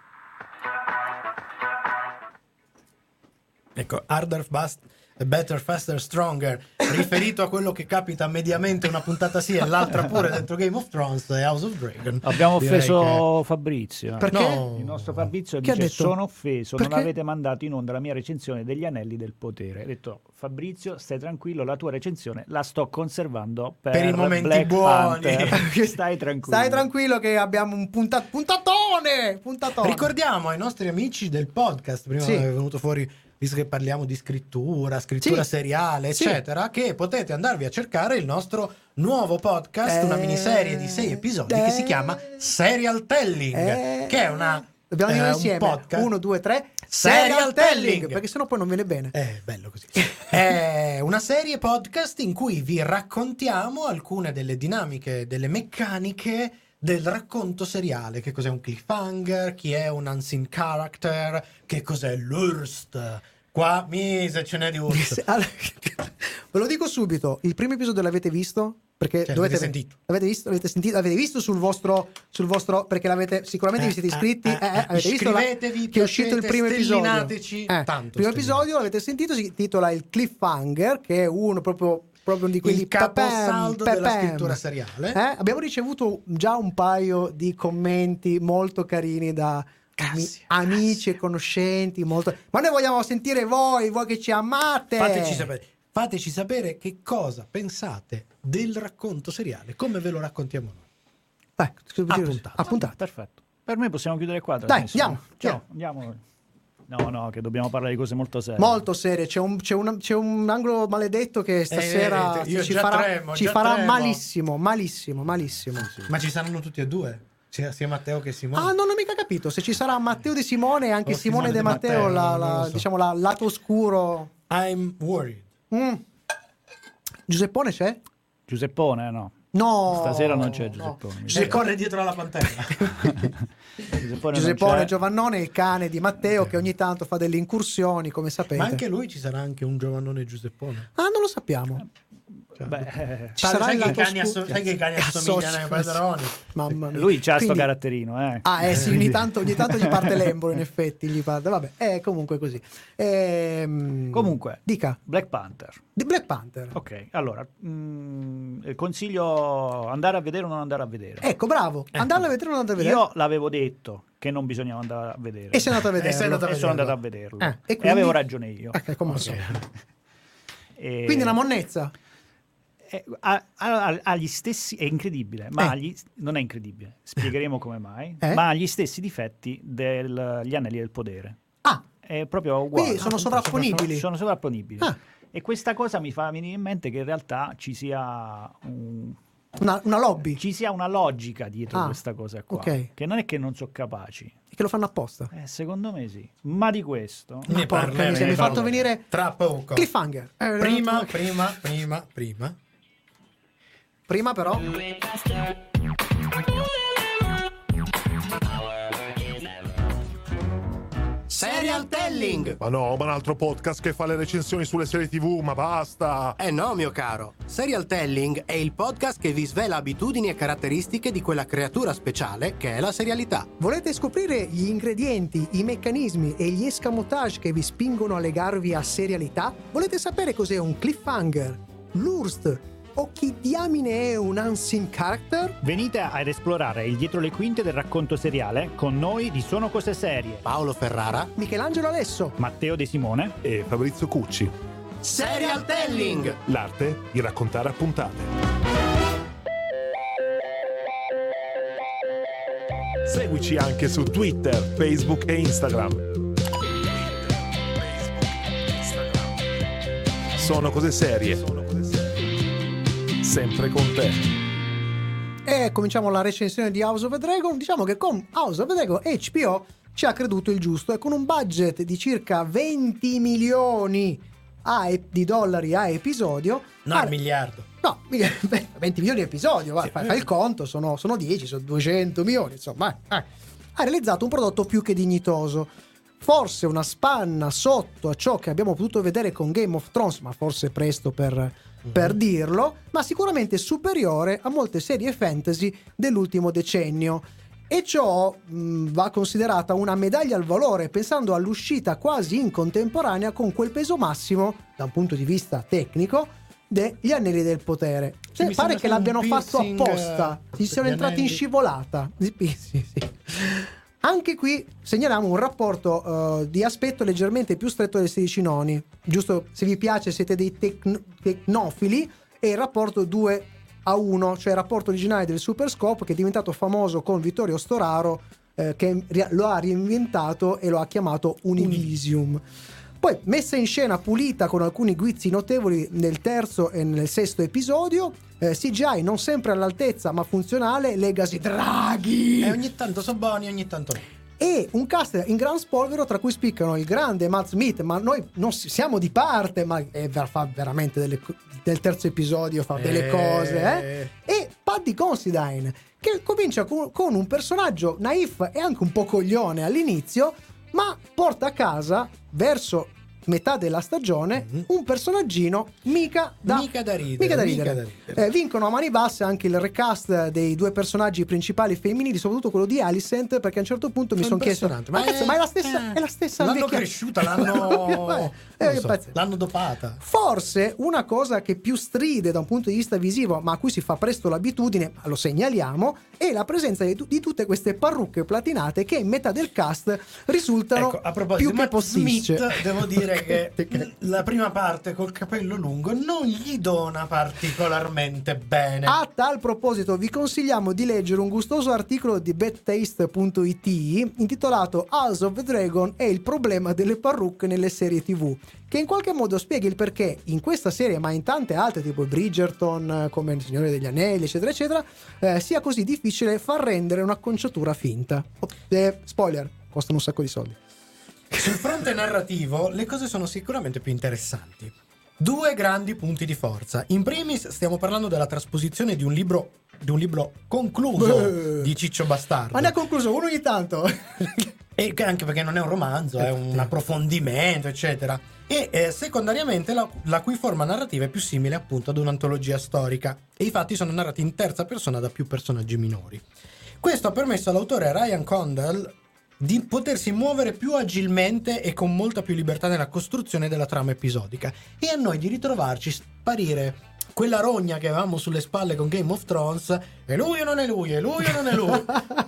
Ecco, Harder, Fast, Better, Faster, Stronger, riferito a quello che capita mediamente una puntata sì e l'altra pure dentro Game of Thrones e House of Dragon. Abbiamo Direi offeso Fabrizio. Perché? No. Il nostro Fabrizio Che ha dice: detto? sono offeso, Perché? non avete mandato in onda la mia recensione degli Anelli del Potere. Ha detto: Fabrizio, stai tranquillo, la tua recensione la sto conservando per, Per i momenti Black buoni. Panther. Stai tranquillo. Stai tranquillo che abbiamo un punta- puntatone! Puntatone! Ricordiamo ai nostri amici del podcast, prima Sì. è venuto fuori, visto che parliamo di scrittura, scrittura Sì. seriale, Sì. eccetera, che potete andarvi a cercare il nostro nuovo podcast, Eh. una miniserie di sei episodi Eh. che si chiama Serial Telling, Eh. che è una Dobbiamo dire eh, insieme. un podcast. Uno, due, tre. Serial Telling. Perché sennò poi non viene bene. È bello così. È una serie podcast in cui vi raccontiamo alcune delle dinamiche, delle meccaniche del racconto seriale. Che cos'è un cliffhanger, chi è un unseen character, che cos'è l'Urst. Qua, mise, ce n'è di Urst. Allora, ve lo dico subito, il primo episodio l'avete visto? Perché Cioè, dovete l'avete sentito? L'avete visto? L'avete sentito? L'avete visto sul vostro sul vostro perché l'avete sicuramente vi siete iscritti, eh, eh, eh, eh, avete visto la- iscrivetevi, che è uscito il piacete, primo episodio. stellinateci, Eh, tanto il primo episodio stellinate. l'avete sentito, si titola il Cliffhanger, che è uno proprio proprio di quelli Il caposaldo papam, della papam. scrittura seriale. Eh, abbiamo ricevuto già un paio di commenti molto carini da Grazie, ami- amici grazie. e conoscenti, molto. Ma noi vogliamo sentire voi, voi che ci amate. Fateci sapere. Fateci sapere che cosa pensate del racconto seriale, come ve lo raccontiamo noi. Dai, Appuntato. appuntato. Perfetto. Per me possiamo chiudere qua. Dai, trasmissione. andiamo, Ciao, andiamo. No, no, che dobbiamo parlare di cose molto serie. Molto serie, c'è un, c'è un, c'è un angolo maledetto che stasera Eh, io ci già farà, tremo, ci già farà tremo. malissimo, malissimo, malissimo. Ma ci saranno tutti e due? Sia, sia Matteo che Simone? Ah, non ho mica capito se ci sarà Matteo Di Simone e anche O Simone, Simone De De Matteo, Matteo, la, non la- lo so. diciamo la lato oscuro. I'm worried. Mm. Giuseppone c'è? Giuseppone, no. No. Stasera non c'è no. Giuseppone. mi Se corre dietro alla pantera. Giuseppone, non Giuseppone c'è. Giovannone, il cane di Matteo, che ogni tanto fa delle incursioni, come sapete. Ma anche lui ci sarà anche un Giovannone Giuseppone. Ah, non lo sappiamo. Beh, eh, Ci sarà sai, il che lato i cani oscuro- asso- sai che i cani assomigliano ai padroni? Mamma mia. lui c'ha sto Quindi- caratterino, eh. Ah, eh sì, ogni tanto, ogni tanto gli parte l'embolo, in effetti, gli parte. Vabbè, è comunque così. Ehm, Comunque, dica. Black Panther. Di Black Panther. Ok, allora, mm, consiglio andare a vedere o non andare a vedere. Ecco, bravo. Andarlo a vedere o non andarlo a vedere? Io l'avevo detto che non bisognava andare a vedere. E sei andato a vederlo. sei andato a E sono vederlo. andato a vederlo. Eh, e e, quindi? avevo ragione io. Ok, come al Ok. solito. E- Quindi una monnezza. eh, ha, ha- ha gli stessi, è incredibile, ma Eh. ha gli- non è incredibile, spiegheremo come mai, Eh? ma ha gli stessi difetti degli Anelli del Potere. Ah, È proprio uguale. quindi sono sovrapponibili. Sono sovrapponibili. Ah. E questa cosa mi fa venire in mente che in realtà ci sia un- Una, una lobby. ci sia una logica dietro Ah, questa cosa qua. ok. Che non è che non sono capaci. Che lo fanno apposta. Eh, secondo me sì. Ma di questo... Ne porca parleremo. miseria, mi hai fatto venire tra poco. cliffhanger. Eh, Prima, prima, prima, prima. prima però. Serial Telling! Ma no, ma un altro podcast che fa le recensioni sulle serie tivù, ma basta! Eh no, mio caro. Serial Telling è il podcast che vi svela abitudini e caratteristiche di quella creatura speciale che è la serialità. Volete scoprire gli ingredienti, i meccanismi e gli escamotage che vi spingono a legarvi a serialità? Volete sapere cos'è un cliffhanger, l'U R S T o chi diamine è un unseen character? Venite ad esplorare il dietro le quinte del racconto seriale con noi di Sono Cose Serie. Paolo Ferrara. Michelangelo Alesso. Matteo De Simone. E Fabrizio Cucci. Serial Telling! L'arte di raccontare a puntate. Seguici anche su Twitter, Facebook e Instagram. Sono cose serie. Sempre con te. E cominciamo la recensione di House of the Dragon. Diciamo che con House of the Dragon H B O ci ha creduto il giusto e con un budget di circa venti milioni a e- di dollari a episodio. No, ha- il miliardo. No, mica- beh, venti milioni di episodio, vai, fai, fai il conto, sono, sono dieci, sono duecento milioni, insomma. eh, eh. Ha realizzato un prodotto più che dignitoso. Forse una spanna sotto a ciò che abbiamo potuto vedere con Game of Thrones, ma forse presto per, per dirlo, ma sicuramente superiore a molte serie fantasy dell'ultimo decennio. E ciò mh, va considerata una medaglia al valore, pensando all'uscita quasi in contemporanea con quel peso massimo, da un punto di vista tecnico, degli Anelli del Potere. Sì, Cioè, mi pare sembra che che un l'abbiano fatto piercing, apposta, eh, ci sono gli entrati in anelli. scivolata. Sì, sì, sì. Anche qui segnaliamo un rapporto eh, di aspetto leggermente più stretto dei sedici noni. Giusto, se vi piace, siete dei tecn- tecnofili, è il rapporto due a uno, cioè il rapporto originale del Super Scope che è diventato famoso con Vittorio Storaro, eh, che ri- lo ha reinventato e lo ha chiamato Univisium. Poi messa in scena pulita con alcuni guizzi notevoli nel terzo e nel sesto episodio, eh, C G I non sempre all'altezza ma funzionale, Legacy Draghi E ogni tanto sono buoni, ogni tanto no. e un cast in gran spolvero tra cui spiccano il grande Matt Smith, ma noi non si- siamo di parte, ma è ver- fa veramente delle co- del terzo episodio fa delle Eh. cose, eh? E Paddy Considine che comincia con, con un personaggio naif e anche un po' coglione all'inizio, ma porta a casa verso metà della stagione Mhm. un personaggino mica da, Mica da ridere, mica da mica ridere. da ridere. Eh, vincono a mani basse anche il recast dei due personaggi principali femminili, soprattutto quello di Alicent, perché a un certo punto mi Sono sono chiesto: ma, impressionante, ma cazzo, è- ma è la stessa, eh, è la stessa l'hanno vecchia- cresciuta, l'hanno Eh, non eh, so, pazzesco. l'hanno dopata. Forse una cosa che più stride da un punto di vista visivo, ma a cui si fa presto l'abitudine, ma lo segnaliamo, è la presenza di, tu- di tutte queste parrucche platinate che in metà del cast risultano Ecco, a proposito più di che Matt posticce. Smith, devo dire dire che la prima parte col capello lungo non gli dona particolarmente bene. A tal proposito vi consigliamo di leggere un gustoso articolo di bad taste punto it intitolato House of the Dragon e il problema delle parrucche nelle serie tv, che in qualche modo spiega il perché in questa serie, ma in tante altre tipo Bridgerton, come Il Signore degli Anelli eccetera eccetera, eh, sia così difficile far rendere un'acconciatura finta. Eh, spoiler, costano un sacco di soldi. Sul fronte narrativo le cose sono sicuramente più interessanti. Due grandi punti di forza. In primis stiamo parlando della trasposizione di un libro di un libro concluso Beh. di Ciccio Bastardo. Ma ne ha concluso uno ogni tanto. E anche perché non è un romanzo, è un approfondimento, eccetera. E eh, secondariamente la, la cui forma narrativa è più simile appunto ad un'antologia storica. E i fatti sono narrati in terza persona da più personaggi minori. Questo ha permesso all'autore Ryan Condal di potersi muovere più agilmente e con molta più libertà nella costruzione della trama episodica, e a noi di ritrovarci sparire quella rogna che avevamo sulle spalle con Game of Thrones. E lui o non è lui, e lui o non è lui.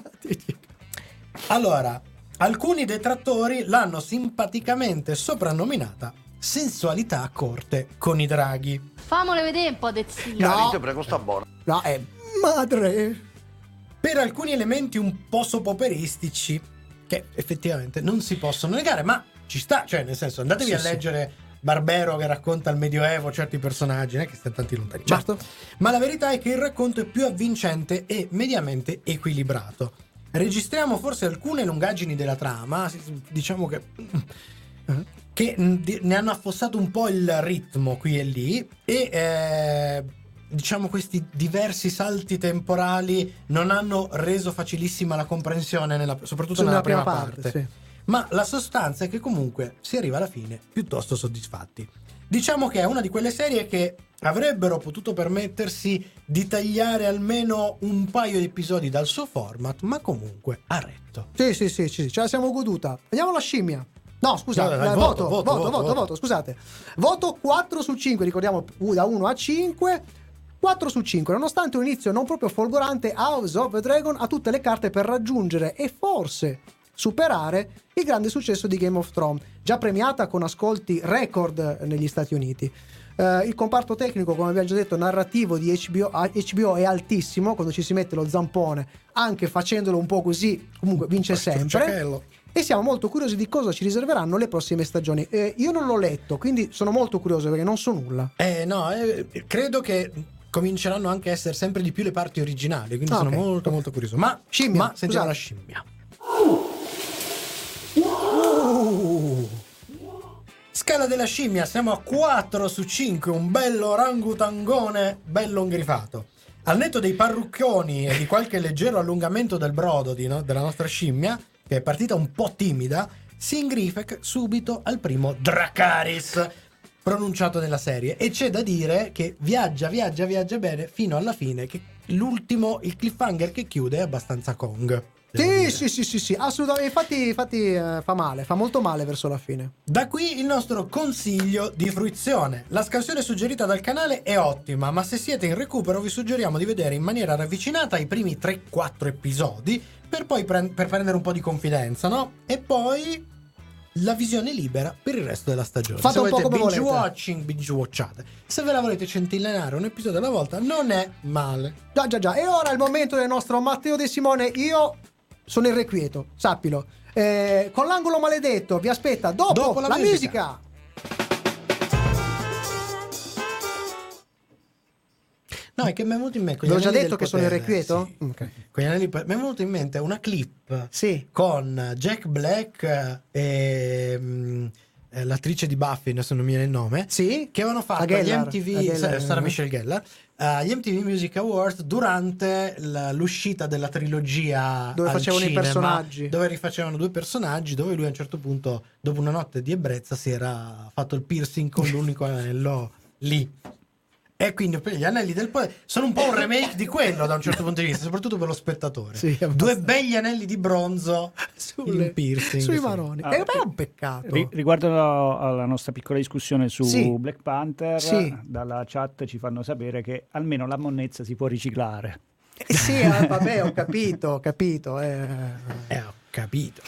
Allora, alcuni detrattori l'hanno simpaticamente soprannominata sensualità a corte con i draghi. Famole vedere un po' de zio. No. Ti prego, sta buona. No, è madre. Per alcuni elementi un po' sopoperistici che effettivamente non si possono negare, ma ci sta, cioè nel senso, andatevi Sì, a sì. leggere Barbero che racconta il Medioevo certi personaggi, non è che stiamo tanti lontani. Certo. Ma la verità è che il racconto è più avvincente e mediamente equilibrato. Registriamo forse alcune lungaggini della trama, diciamo che che ne hanno affossato un po' il ritmo qui e lì, e eh, diciamo questi diversi salti temporali non hanno reso facilissima la comprensione nella, soprattutto Sulla nella prima prima parte, parte, sì. Ma la sostanza è che comunque si arriva alla fine piuttosto soddisfatti. Diciamo che è una di quelle serie che avrebbero potuto permettersi di tagliare almeno un paio di episodi dal suo format, ma comunque ha retto. Sì, sì, sì, sì, ce la siamo goduta. Andiamo alla scimmia. No, scusa, No, dai, eh, voto, voto, voto, voto, voto, voto, voto. voto, scusate. Voto quattro su cinque, ricordiamo uh, da uno a cinque. quattro su cinque, nonostante un inizio non proprio folgorante, House of the Dragon ha tutte le carte per raggiungere e forse superare il grande successo di Game of Thrones, già premiata con ascolti record negli Stati Uniti. Uh, il comparto tecnico, come abbiamo già detto, narrativo di H B O, H B O è altissimo, quando ci si mette lo zampone, anche facendolo un po' così, comunque vince sempre. E siamo molto curiosi di cosa ci riserveranno le prossime stagioni. Eh, io non l'ho letto, quindi sono molto curioso perché non so nulla. Eh no, eh, credo che cominceranno anche a essere sempre di più le parti originali, quindi Ah, sono ok. molto molto curioso. Ma Scimmia, ma sentiamo scusate. la scimmia. Uh. Scala della scimmia, siamo a quattro su cinque, un bello orangutangone bello ingrifato. Al netto dei parrucchioni e di qualche leggero allungamento del brodo di, no, della nostra scimmia, che è partita un po' timida, si ingrifa subito al primo Dracarys pronunciato nella serie, e c'è da dire che viaggia, viaggia, viaggia bene fino alla fine, che l'ultimo, il cliffhanger che chiude è abbastanza Kong. devo Sì, dire. sì, sì, sì, sì, assolutamente. Infatti, infatti eh, fa male, fa molto male verso la fine. Da qui il nostro consiglio di fruizione. La scansione suggerita dal canale è ottima, ma se siete in recupero vi suggeriamo di vedere in maniera ravvicinata i primi tre quattro episodi per poi pre- per prendere un po' di confidenza, no? E poi la visione libera per il resto della stagione. Fate se un po' volete come binge volete. watching, binge watchate. Se ve la volete centillenare un episodio alla volta, non è male. Già, già, già. E ora è il momento del nostro Matteo De Simone. Io sono irrequieto, sappilo. Eh, con l'angolo maledetto vi aspetta dopo, Dopo la la, musica. musica. No, è che mi è venuto in mente. con Ve gli l'ho già anelli detto del che sono potere, irrequieto? sì. Ok. Con gli anelli per- mi è venuto in mente una clip Sì. con Jack Black e mm, eh, l'attrice di Buffy, adesso non mi viene il nome, Sì? che avevano fatto La gli Gellar, M T V, la Gellar, Sarah eh. Michelle Gellar, eh, gli M T V Music Awards durante l- l'uscita della trilogia Dove al facevano i cinema, personaggi. dove rifacevano due personaggi, dove lui a un certo punto, dopo una notte di ebbrezza, si era fatto il piercing con l'unico anello lì. E quindi per gli anelli del potere sono un po' un remake di quello da un certo punto di vista, soprattutto per lo spettatore. Sì, abbastanza. Due begli anelli di bronzo Sulle- in piercing, sui sì. maroni. Ah, Eh, beh, è sì. un peccato. Ri- riguardo alla nostra piccola discussione su Sì. Black Panther, Sì. dalla chat ci fanno sapere che almeno la monnezza si può riciclare. Eh, sì, eh, vabbè, ho capito, ho capito. Eh. Eh, ho capito, però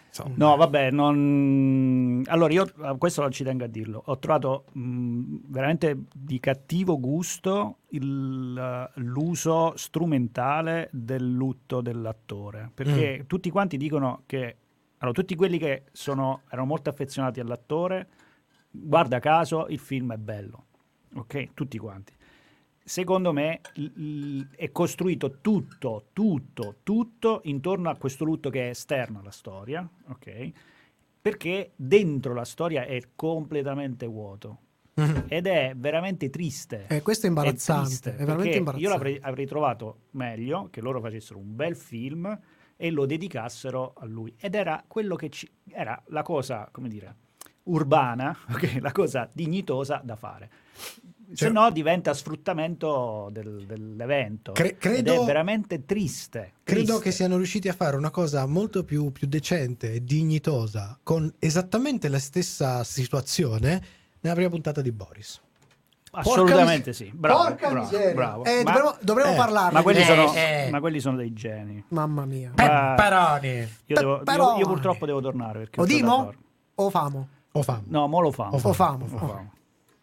insomma. No, vabbè, non... Allora, io questo ci tengo a dirlo. Ho trovato mh, veramente di cattivo gusto il, l'uso strumentale del lutto dell'attore. Perché mm. tutti quanti dicono che... Allora, tutti quelli che sono, erano molto affezionati all'attore, guarda caso, il film è bello. Ok? Tutti quanti. Secondo me l- è costruito tutto, tutto, tutto intorno a questo lutto che è esterno alla storia, ok? Perché dentro la storia è completamente vuoto mm-hmm. ed è veramente triste. Eh, questo è imbarazzante, è, triste, è veramente imbarazzante. Io l'avrei avrei trovato meglio che loro facessero un bel film e lo dedicassero a lui. Ed era quello che ci, era la cosa, come dire, urbana, okay? La cosa dignitosa da fare. Cioè, se no diventa sfruttamento del, dell'evento cre- credo, ed è veramente triste, credo triste. Che siano riusciti a fare una cosa molto più, più decente e dignitosa con esattamente la stessa situazione nella prima puntata di Boris. Assolutamente sì, bravo, porca bravo, miseria. bravo. Eh, Ma, dovremmo, dovremmo eh, parlarne. ma, quelli eh, sono, eh. ma quelli sono dei geni. Mamma mia. Pepperoni. Io, devo, io, io purtroppo devo tornare perché o ho dimo o famo? O famo. No, mo lo famo. O famo. O famo.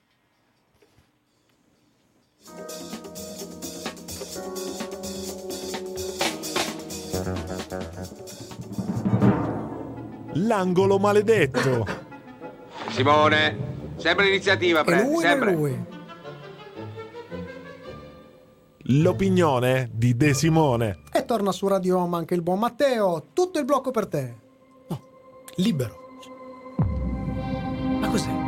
L'angolo maledetto. Simone, sempre l'iniziativa, pre- lui, sempre. Lui. L'opinione di De Simone. E torna su Radio Home anche il buon Matteo. Tutto il blocco per te. No, libero. Ma cos'è?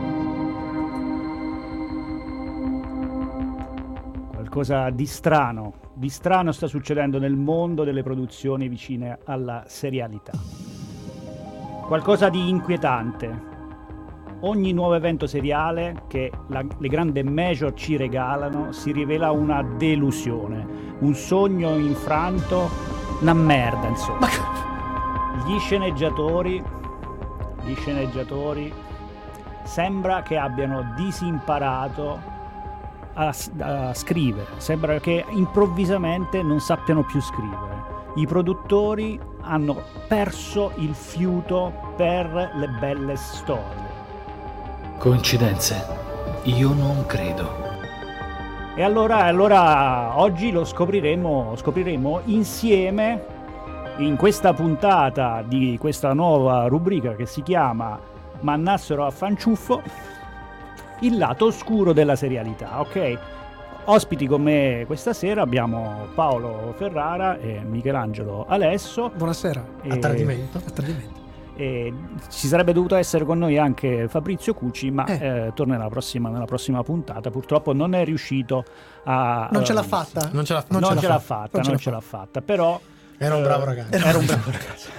Qualcosa di strano, di strano sta succedendo nel mondo delle produzioni vicine alla serialità. Qualcosa di inquietante. Ogni nuovo evento seriale che la, le grandi major ci regalano si rivela una delusione, un sogno infranto, una merda, insomma. Gli sceneggiatori, gli sceneggiatori sembra che abbiano disimparato a, a scrivere, sembra che improvvisamente non sappiano più scrivere. I produttori hanno perso il fiuto per le belle storie. Coincidenze? Io non credo. E allora, allora oggi lo scopriremo, scopriremo insieme in questa puntata di questa nuova rubrica che si chiama Mannassero a fanciuffo, il lato oscuro della serialità, ok? Ospiti con me questa sera abbiamo Paolo Ferrara e Michelangelo Alesso. Buonasera. E... A tradimento. A tradimento. E ci sarebbe dovuto essere con noi anche Fabrizio Cucci, ma eh. Eh, tornerà prossima, nella prossima puntata. Purtroppo non è riuscito a... Non ce l'ha fatta. Non ce l'ha fatta. Non, non ce l'ha fatta, fatta, non ce l'ha fatta. Però... Era un bravo ragazzo. Era un bravo ragazzo.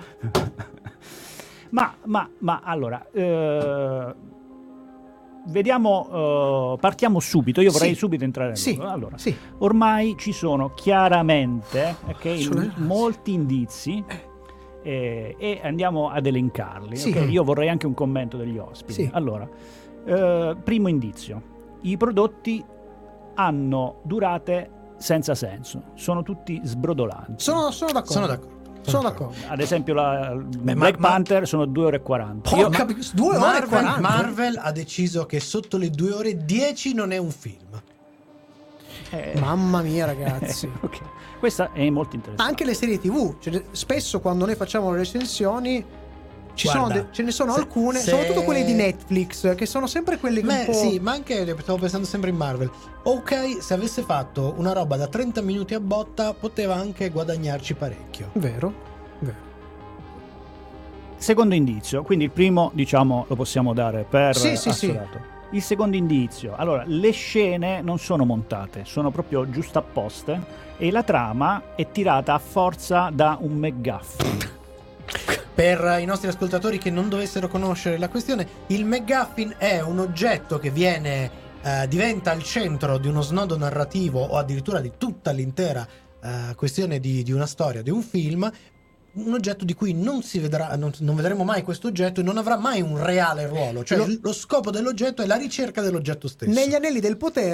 ma, ma, ma, allora... Eh, vediamo, uh, partiamo subito. Io vorrei sì. subito entrare nel sì. allora, sì. ormai ci sono chiaramente okay, m- molti indizi eh, e andiamo ad elencarli. Sì. Okay? Io vorrei anche un commento degli ospiti. Sì. Allora, uh, primo indizio: i prodotti hanno durate senza senso, sono tutti sbrodolanti. Sono, sono d'accordo. Sono d'accordo. Sono d'accordo. Ad esempio la Beh, Black ma, Panther ma... sono due ore e quaranta. Porca, Io... due ore Marvel, e quaranta. Marvel ha deciso che sotto le due ore dieci non è un film. Eh... Mamma mia, ragazzi. Okay. Questa è molto interessante. Anche le serie tivù, cioè, spesso quando noi facciamo le recensioni ci Guarda, sono de- ce ne sono se, alcune, se... soprattutto quelle di Netflix, che sono sempre quelle che Beh, un po'... sì, ma anche stavo pensando sempre in Marvel. Ok, se avesse fatto una roba da trenta minuti a botta, poteva anche guadagnarci parecchio. Vero, vero. Secondo indizio, quindi il primo, diciamo, lo possiamo dare per sì, sì, assolato. Sì. Il secondo indizio, allora, le scene non sono montate, sono proprio giustapposte e la trama è tirata a forza da un McGuffin. Per i nostri ascoltatori che non dovessero conoscere la questione, il McGuffin è un oggetto che viene eh, diventa il centro di uno snodo narrativo o addirittura di tutta l'intera eh, questione di, di una storia, di un film. Un oggetto di cui non si vedrà, non, non vedremo mai questo oggetto e non avrà mai un reale ruolo. Cioè lo, lo scopo dell'oggetto è la ricerca dell'oggetto stesso. Negli Anelli del Potere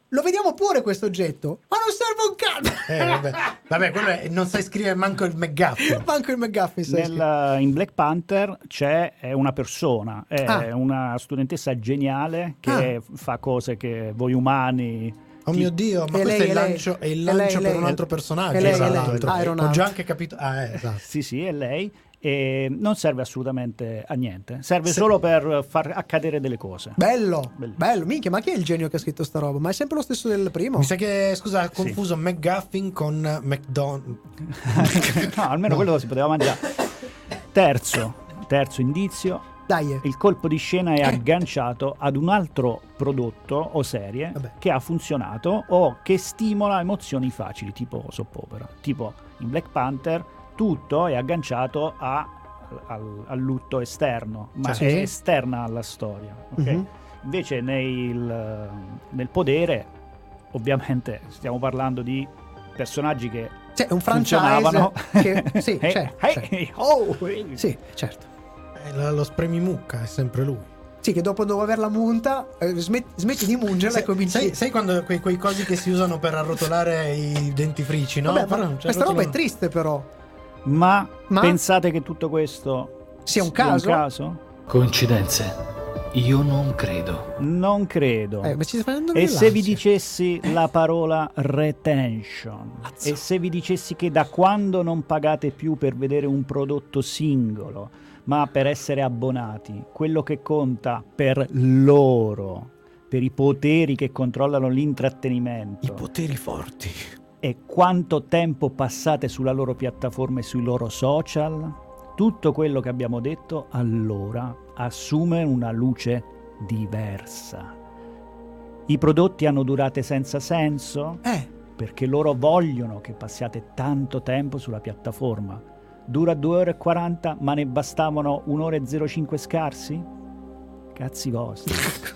lo vediamo pure questo oggetto, ma non serve un cazzo. Eh, vabbè. vabbè, quello è, non sai scrivere manco il McGuffin. Manco il McGuffin sai Nel, in Black Panther c'è è una persona, è Ah. una studentessa geniale che Ah. fa cose che voi umani... Oh mio Dio, ma È questo lei, è il è lei. lancio, è il È lei, lancio è per lei. un altro personaggio. È lei, tra è lei. l'altro. Iron Ho Heart. già anche capito. Ah, eh, esatto. Sì, sì, è lei. E non serve assolutamente a niente, serve Se- solo per far accadere delle cose. Bello, Bellissimo. bello, minchia, ma chi è il genio che ha scritto sta roba? Ma è sempre lo stesso del primo? Mi sa che, scusa, ha confuso McGuffin con McDonald's. No, almeno quello si poteva mangiare. Terzo, terzo indizio. Dai. Il colpo di scena è agganciato ad un altro prodotto o serie Vabbè. che ha funzionato o che stimola emozioni facili, tipo soppopera. Tipo in Black Panther tutto è agganciato a- al, al lutto esterno, ma Sì. è esterna alla storia. Ok? Mhm. Invece nel, nel podere, ovviamente stiamo parlando di personaggi che C'è un franchise funzionavano. che sì, Eh, certo, eh, certo. oh, Sì, certo. Eh, lo, lo spremimucca è sempre lui. Sì, che dopo dopo averla munta, eh, smetti, smetti di mungerla Sai, e cominci. sai, sai quando quei, quei cosi che si usano per arrotolare i dentifrici, no? Vabbè, Però ma non c'è questa roba è arrotolare. triste, però. Ma, Ma? pensate che tutto questo Sia un sia caso? Coincidenze? Io non credo. Non credo. Eh, ma ci stai facendo E venire se vi l'ansia. dicessi la parola retention? E se vi dicessi che da quando non pagate più per vedere un prodotto singolo, ma per essere abbonati, quello che conta per loro, per i poteri che controllano l'intrattenimento, I poteri forti. e quanto tempo passate sulla loro piattaforma e sui loro social, tutto quello che abbiamo detto allora assume una luce diversa. I prodotti hanno durate senza senso Eh, perché loro vogliono che passiate tanto tempo sulla piattaforma. Dura due ore e quaranta, ma ne bastavano un'ora e zero cinque scarsi? Cazzi vostri.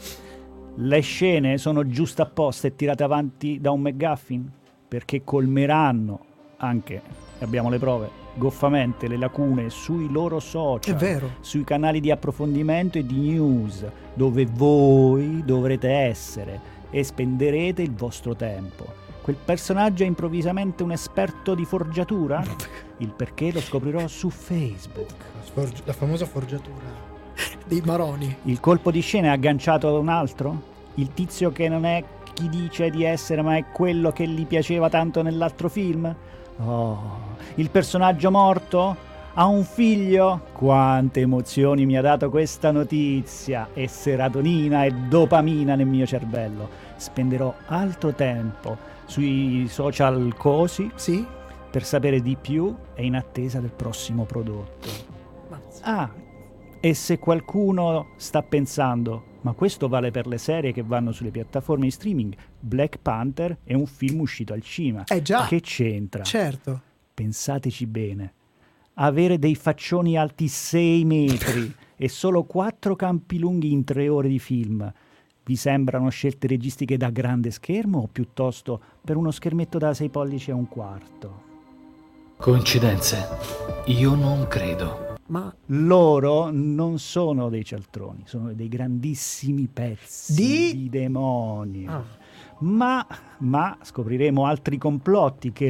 Le scene sono giusto apposte e tirate avanti da un McGuffin? Perché colmeranno anche, abbiamo le prove, goffamente le lacune sui loro social, è vero. sui canali di approfondimento e di news, dove voi dovrete essere e spenderete il vostro tempo. Quel personaggio è improvvisamente un esperto di forgiatura? Il perché lo scoprirò su Facebook. La, sforgi- la famosa forgiatura. Dei maroni. Il colpo di scena è agganciato ad un altro? Il tizio che non è chi dice di essere, ma è quello che gli piaceva tanto nell'altro film? Oh, il personaggio morto? Ha un figlio? Quante emozioni mi ha dato questa notizia! E serotonina e dopamina nel mio cervello. Spenderò altro tempo sui social cosi Sì? per sapere di più e in attesa del prossimo prodotto. Ah, e se qualcuno sta pensando, ma questo vale per le serie che vanno sulle piattaforme di streaming, Black Panther è un film uscito al cinema. Eh già. Che c'entra? Certo. Pensateci bene. Avere dei faccioni alti sei metri e solo quattro campi lunghi in tre ore di film, vi sembrano scelte registiche da grande schermo o piuttosto per uno schermetto da sei pollici e un quarto? Coincidenze? Io non credo. Ma Loro non sono dei cialtroni, sono dei grandissimi pezzi Di? di, demonio. Ah. Ma, ma scopriremo altri complotti che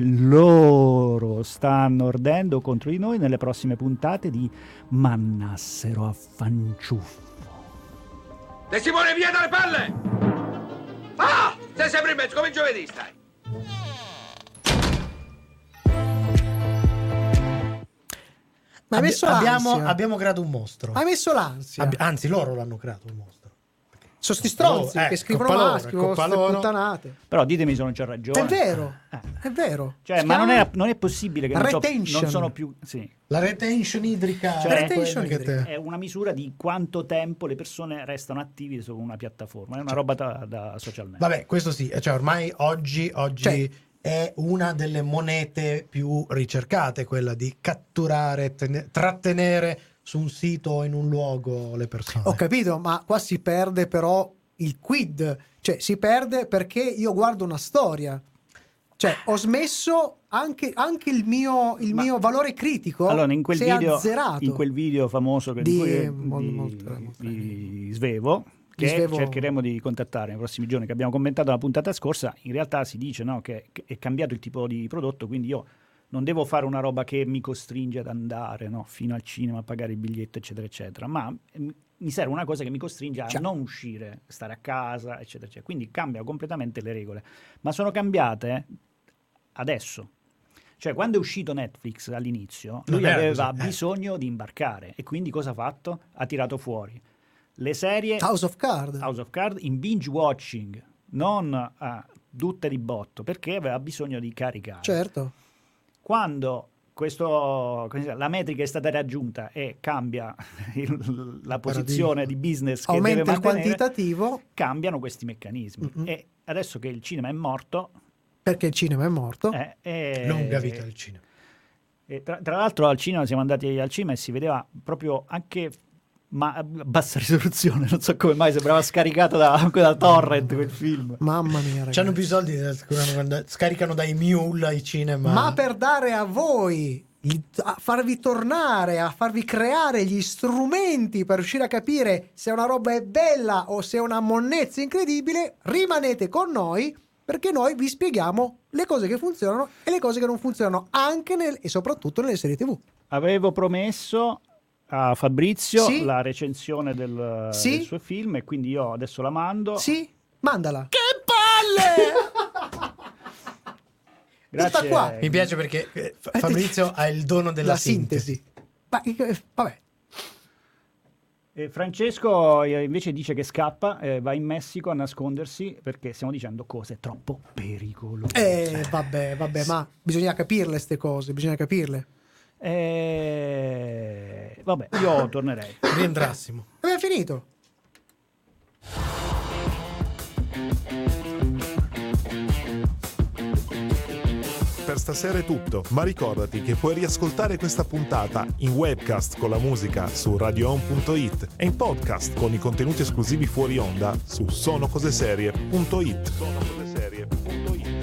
loro stanno ordendo contro di noi nelle prossime puntate di Mannassero a fanciuffo. De Simone, via dalle palle! Ah! Sei sempre in mezzo, come giovedì stai. Ma hai Abbi- messo abbiamo, l'ansia. abbiamo creato un mostro. Hai messo l'ansia. Abbi- anzi, loro l'hanno creato un mostro. Sono sti stronzi Eh, che scrivono colpa loro, ma scrivono colpa queste loro. puttanate. Però ditemi se non c'è ragione. È vero, Eh. è vero. Cioè, Si ma non chiama è, non è possibile che non, so- retention. non sono più... Sì. La retention idrica. Cioè, è retention quella che idrica. te- È una misura di quanto tempo le persone restano attivi su una piattaforma. È una roba da, da social network. Vabbè, questo sì, cioè ormai oggi, oggi Cioè- è una delle monete più ricercate, quella di catturare, tene- trattenere su un sito o in un luogo le persone. Ho capito, ma qua si perde però il quid. Cioè, si perde perché io guardo una storia. Cioè, ho smesso anche, anche il mio, il Ma- mio valore critico. Allora, in quel, si è video, azzerato. in quel video famoso che Di- di, molto, di, molto, molto. di Svevo, che svevo... cercheremo di contattare nei prossimi giorni, che abbiamo commentato la puntata scorsa. In realtà si dice, no, che, che è cambiato il tipo di prodotto, quindi io non devo fare una roba che mi costringe ad andare, no, fino al cinema a pagare il biglietto, eccetera, eccetera, ma mi serve una cosa che mi costringe a cioè. non uscire, stare a casa, eccetera, eccetera. Quindi cambia completamente le regole. Ma sono cambiate adesso. Cioè, quando è uscito Netflix all'inizio, lui non aveva così. bisogno di imbarcare, e quindi cosa ha fatto? Ha tirato fuori le serie House of Cards House of Cards in binge watching, non a tutte di botto, perché aveva bisogno di caricare. Certo. Quando questo, la metrica è stata raggiunta e cambia il, la posizione di business che aumenta deve il quantitativo, cambiano questi meccanismi. Mm-hmm. E adesso che il cinema è morto, perché il cinema è morto, eh, eh, lunga vita del cinema. E tra, tra l'altro al cinema siamo andati al cinema e si vedeva proprio anche ma a bassa risoluzione, non so come mai, sembrava scaricato da, da torrent quel film. Mamma mia, ragazzi. C'hanno più soldi, scaricano dai mule i cinema. Ma per dare a voi, a farvi tornare, a farvi creare gli strumenti per riuscire a capire se una roba è bella o se è una monnezza incredibile, rimanete con noi, perché noi vi spieghiamo le cose che funzionano e le cose che non funzionano, anche nel, e soprattutto nelle serie tivù. Avevo promesso a Fabrizio sì? la recensione del, sì? del suo film, e quindi io adesso la mando. Sì, mandala. Che palle! Grazie. Qua. Mi piace perché Fabrizio ha il dono della la sintesi. sintesi. Ma, vabbè. E Francesco invece dice che scappa, eh, va in Messico a nascondersi perché stiamo dicendo cose troppo pericolose. Eh, vabbè, vabbè, ma bisogna capirle ste cose, bisogna capirle. Eh, vabbè, io tornerei. Rientrassimo. Abbiamo finito. Per stasera è tutto, ma ricordati che puoi riascoltare questa puntata in webcast con la musica su radio on punto it e in podcast con i contenuti esclusivi fuori onda su sonocoseserie punto it. sonocoseserie punto it.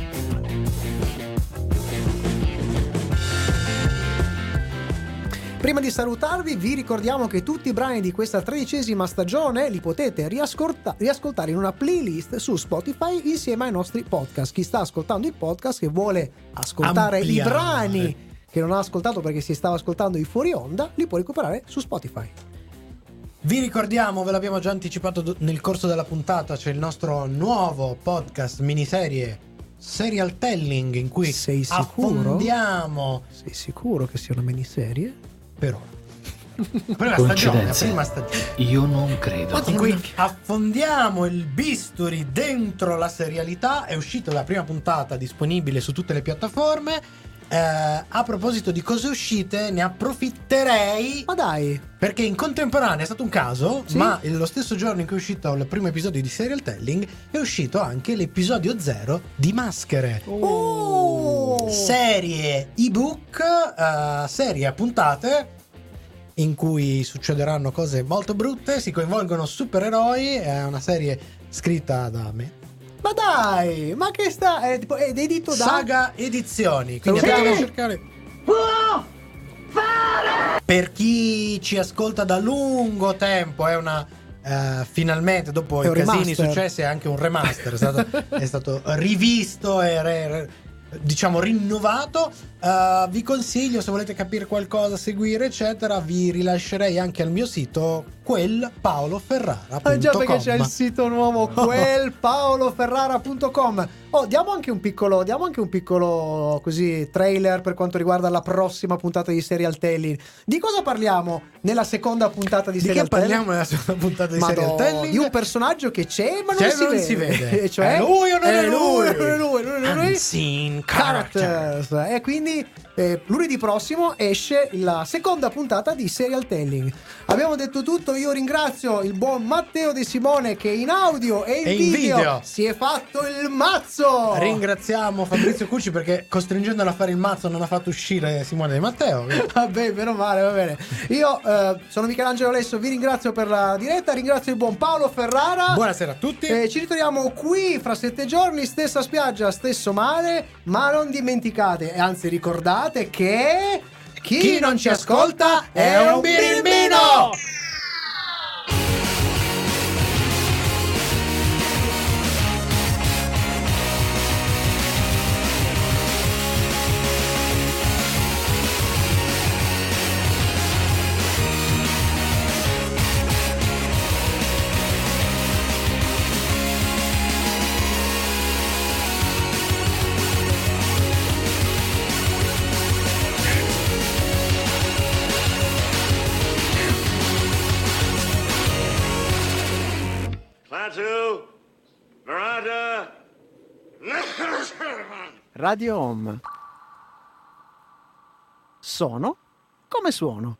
Prima di salutarvi vi ricordiamo che tutti i brani di questa tredicesima stagione li potete riascolta- riascoltare in una playlist su Spotify insieme ai nostri podcast. Chi sta ascoltando il podcast che vuole ascoltare Ampliare. i brani che non ha ascoltato perché si stava ascoltando i fuori onda, li può recuperare su Spotify. Vi ricordiamo, ve l'abbiamo già anticipato nel corso della puntata, c'è il nostro nuovo podcast miniserie Serial Telling, in cui Sei sicuro? affondiamo. Sei sicuro che sia una miniserie? Per ora. Prima stagione, la prima stagione. Io non credo. In cui affondiamo il bisturi dentro la serialità. È uscita la prima puntata, disponibile su tutte le piattaforme. Eh, a proposito di cose uscite, ne approfitterei. Ma dai! Perché in contemporanea è stato un caso, sì? ma lo stesso giorno in cui è uscito il primo episodio di Serial Telling è uscito anche l'episodio zero di Maschere. Oh! Serie ebook, uh, serie a puntate in cui succederanno cose molto brutte, si coinvolgono supereroi, è una serie scritta da me. Ma dai, ma che sta? È, tipo, è edito da Saga Edizioni, quindi sì. andate a cercare. Per chi ci ascolta da lungo tempo è una uh, finalmente dopo è i casini remaster. successi è anche un remaster, è stato, è stato rivisto e re, re, diciamo rinnovato. Uh, vi consiglio, se volete capire qualcosa, seguire eccetera, vi rilascerei anche al mio sito quel paolo ferrara punto com. Ah, già, perché c'è il sito nuovo quel paolo ferrara punto com. Oh, diamo anche un piccolo diamo anche un piccolo così trailer per quanto riguarda la prossima puntata di Serial Telling. Di cosa parliamo nella seconda puntata di, di Serial che Telling? parliamo nella seconda puntata di Madò, Serial Telling? Di un personaggio che c'è ma non, c'è, si, non vede. si vede. E cioè È lui o non è lui? Non è lui, non è lui. Unseen character. Characters. E quindi eh, lunedì prossimo esce la seconda puntata di Serial Telling. Abbiamo detto tutto. Io ringrazio il buon Matteo De Simone che in audio e in, e in video, video si è fatto il mazzo. Ringraziamo Fabrizio Cucci perché costringendolo a fare il mazzo non ha fatto uscire Simone De Matteo. Vabbè, meno male, va bene. Io eh, sono Michelangelo Alesso, vi ringrazio per la diretta, ringrazio il buon Paolo Ferrara. Buonasera a tutti. Eh, ci ritroviamo qui fra sette giorni, stessa spiaggia, stesso mare, ma non dimenticate, e anzi ricordate che chi, chi non ci ascolta è un birimbino! two, Veranda. Radio Home. Sono come suono.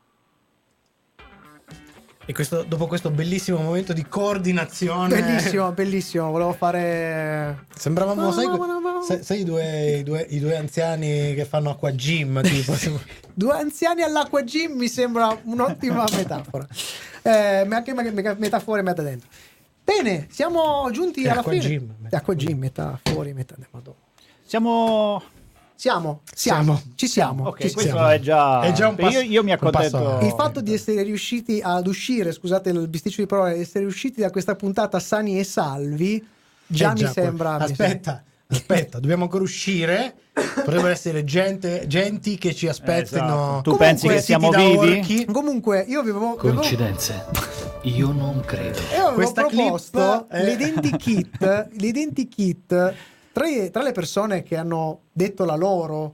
E questo, dopo questo bellissimo momento di coordinazione, Bellissimo, bellissimo. Volevo fare. sembravamo, sai, sai, sai i, due, i, due, i due anziani che fanno acqua gym, tipo. Due anziani all'acqua gym mi sembra un'ottima metafora. Eh, ma anche me- metafore metta dentro. Bene, siamo giunti È alla acqua fine. gym. Acqua gym, metà fuori, metà Madonna. Siamo... Siamo, siamo, ci siamo. Ok, ci questo siamo. è già... È già un passo- io, io mi un passo accontento... avanti. Il fatto di essere riusciti ad uscire, scusate il bisticcio di parole, di essere riusciti da questa puntata sani e salvi, già Eh mi già, sembra. mi Aspetta, aspetta, dobbiamo ancora uscire. Potrebbero essere gente, genti che ci aspettano. Esatto. Tu Comunque, pensi che siamo da vivi? orchi. sembra- Comunque, io vi avevo, vi avevo- Coincidenze? Io non credo. io avevo Questa proposto clip, eh. l'identikit, l'identikit tra, tra le persone che hanno detto la loro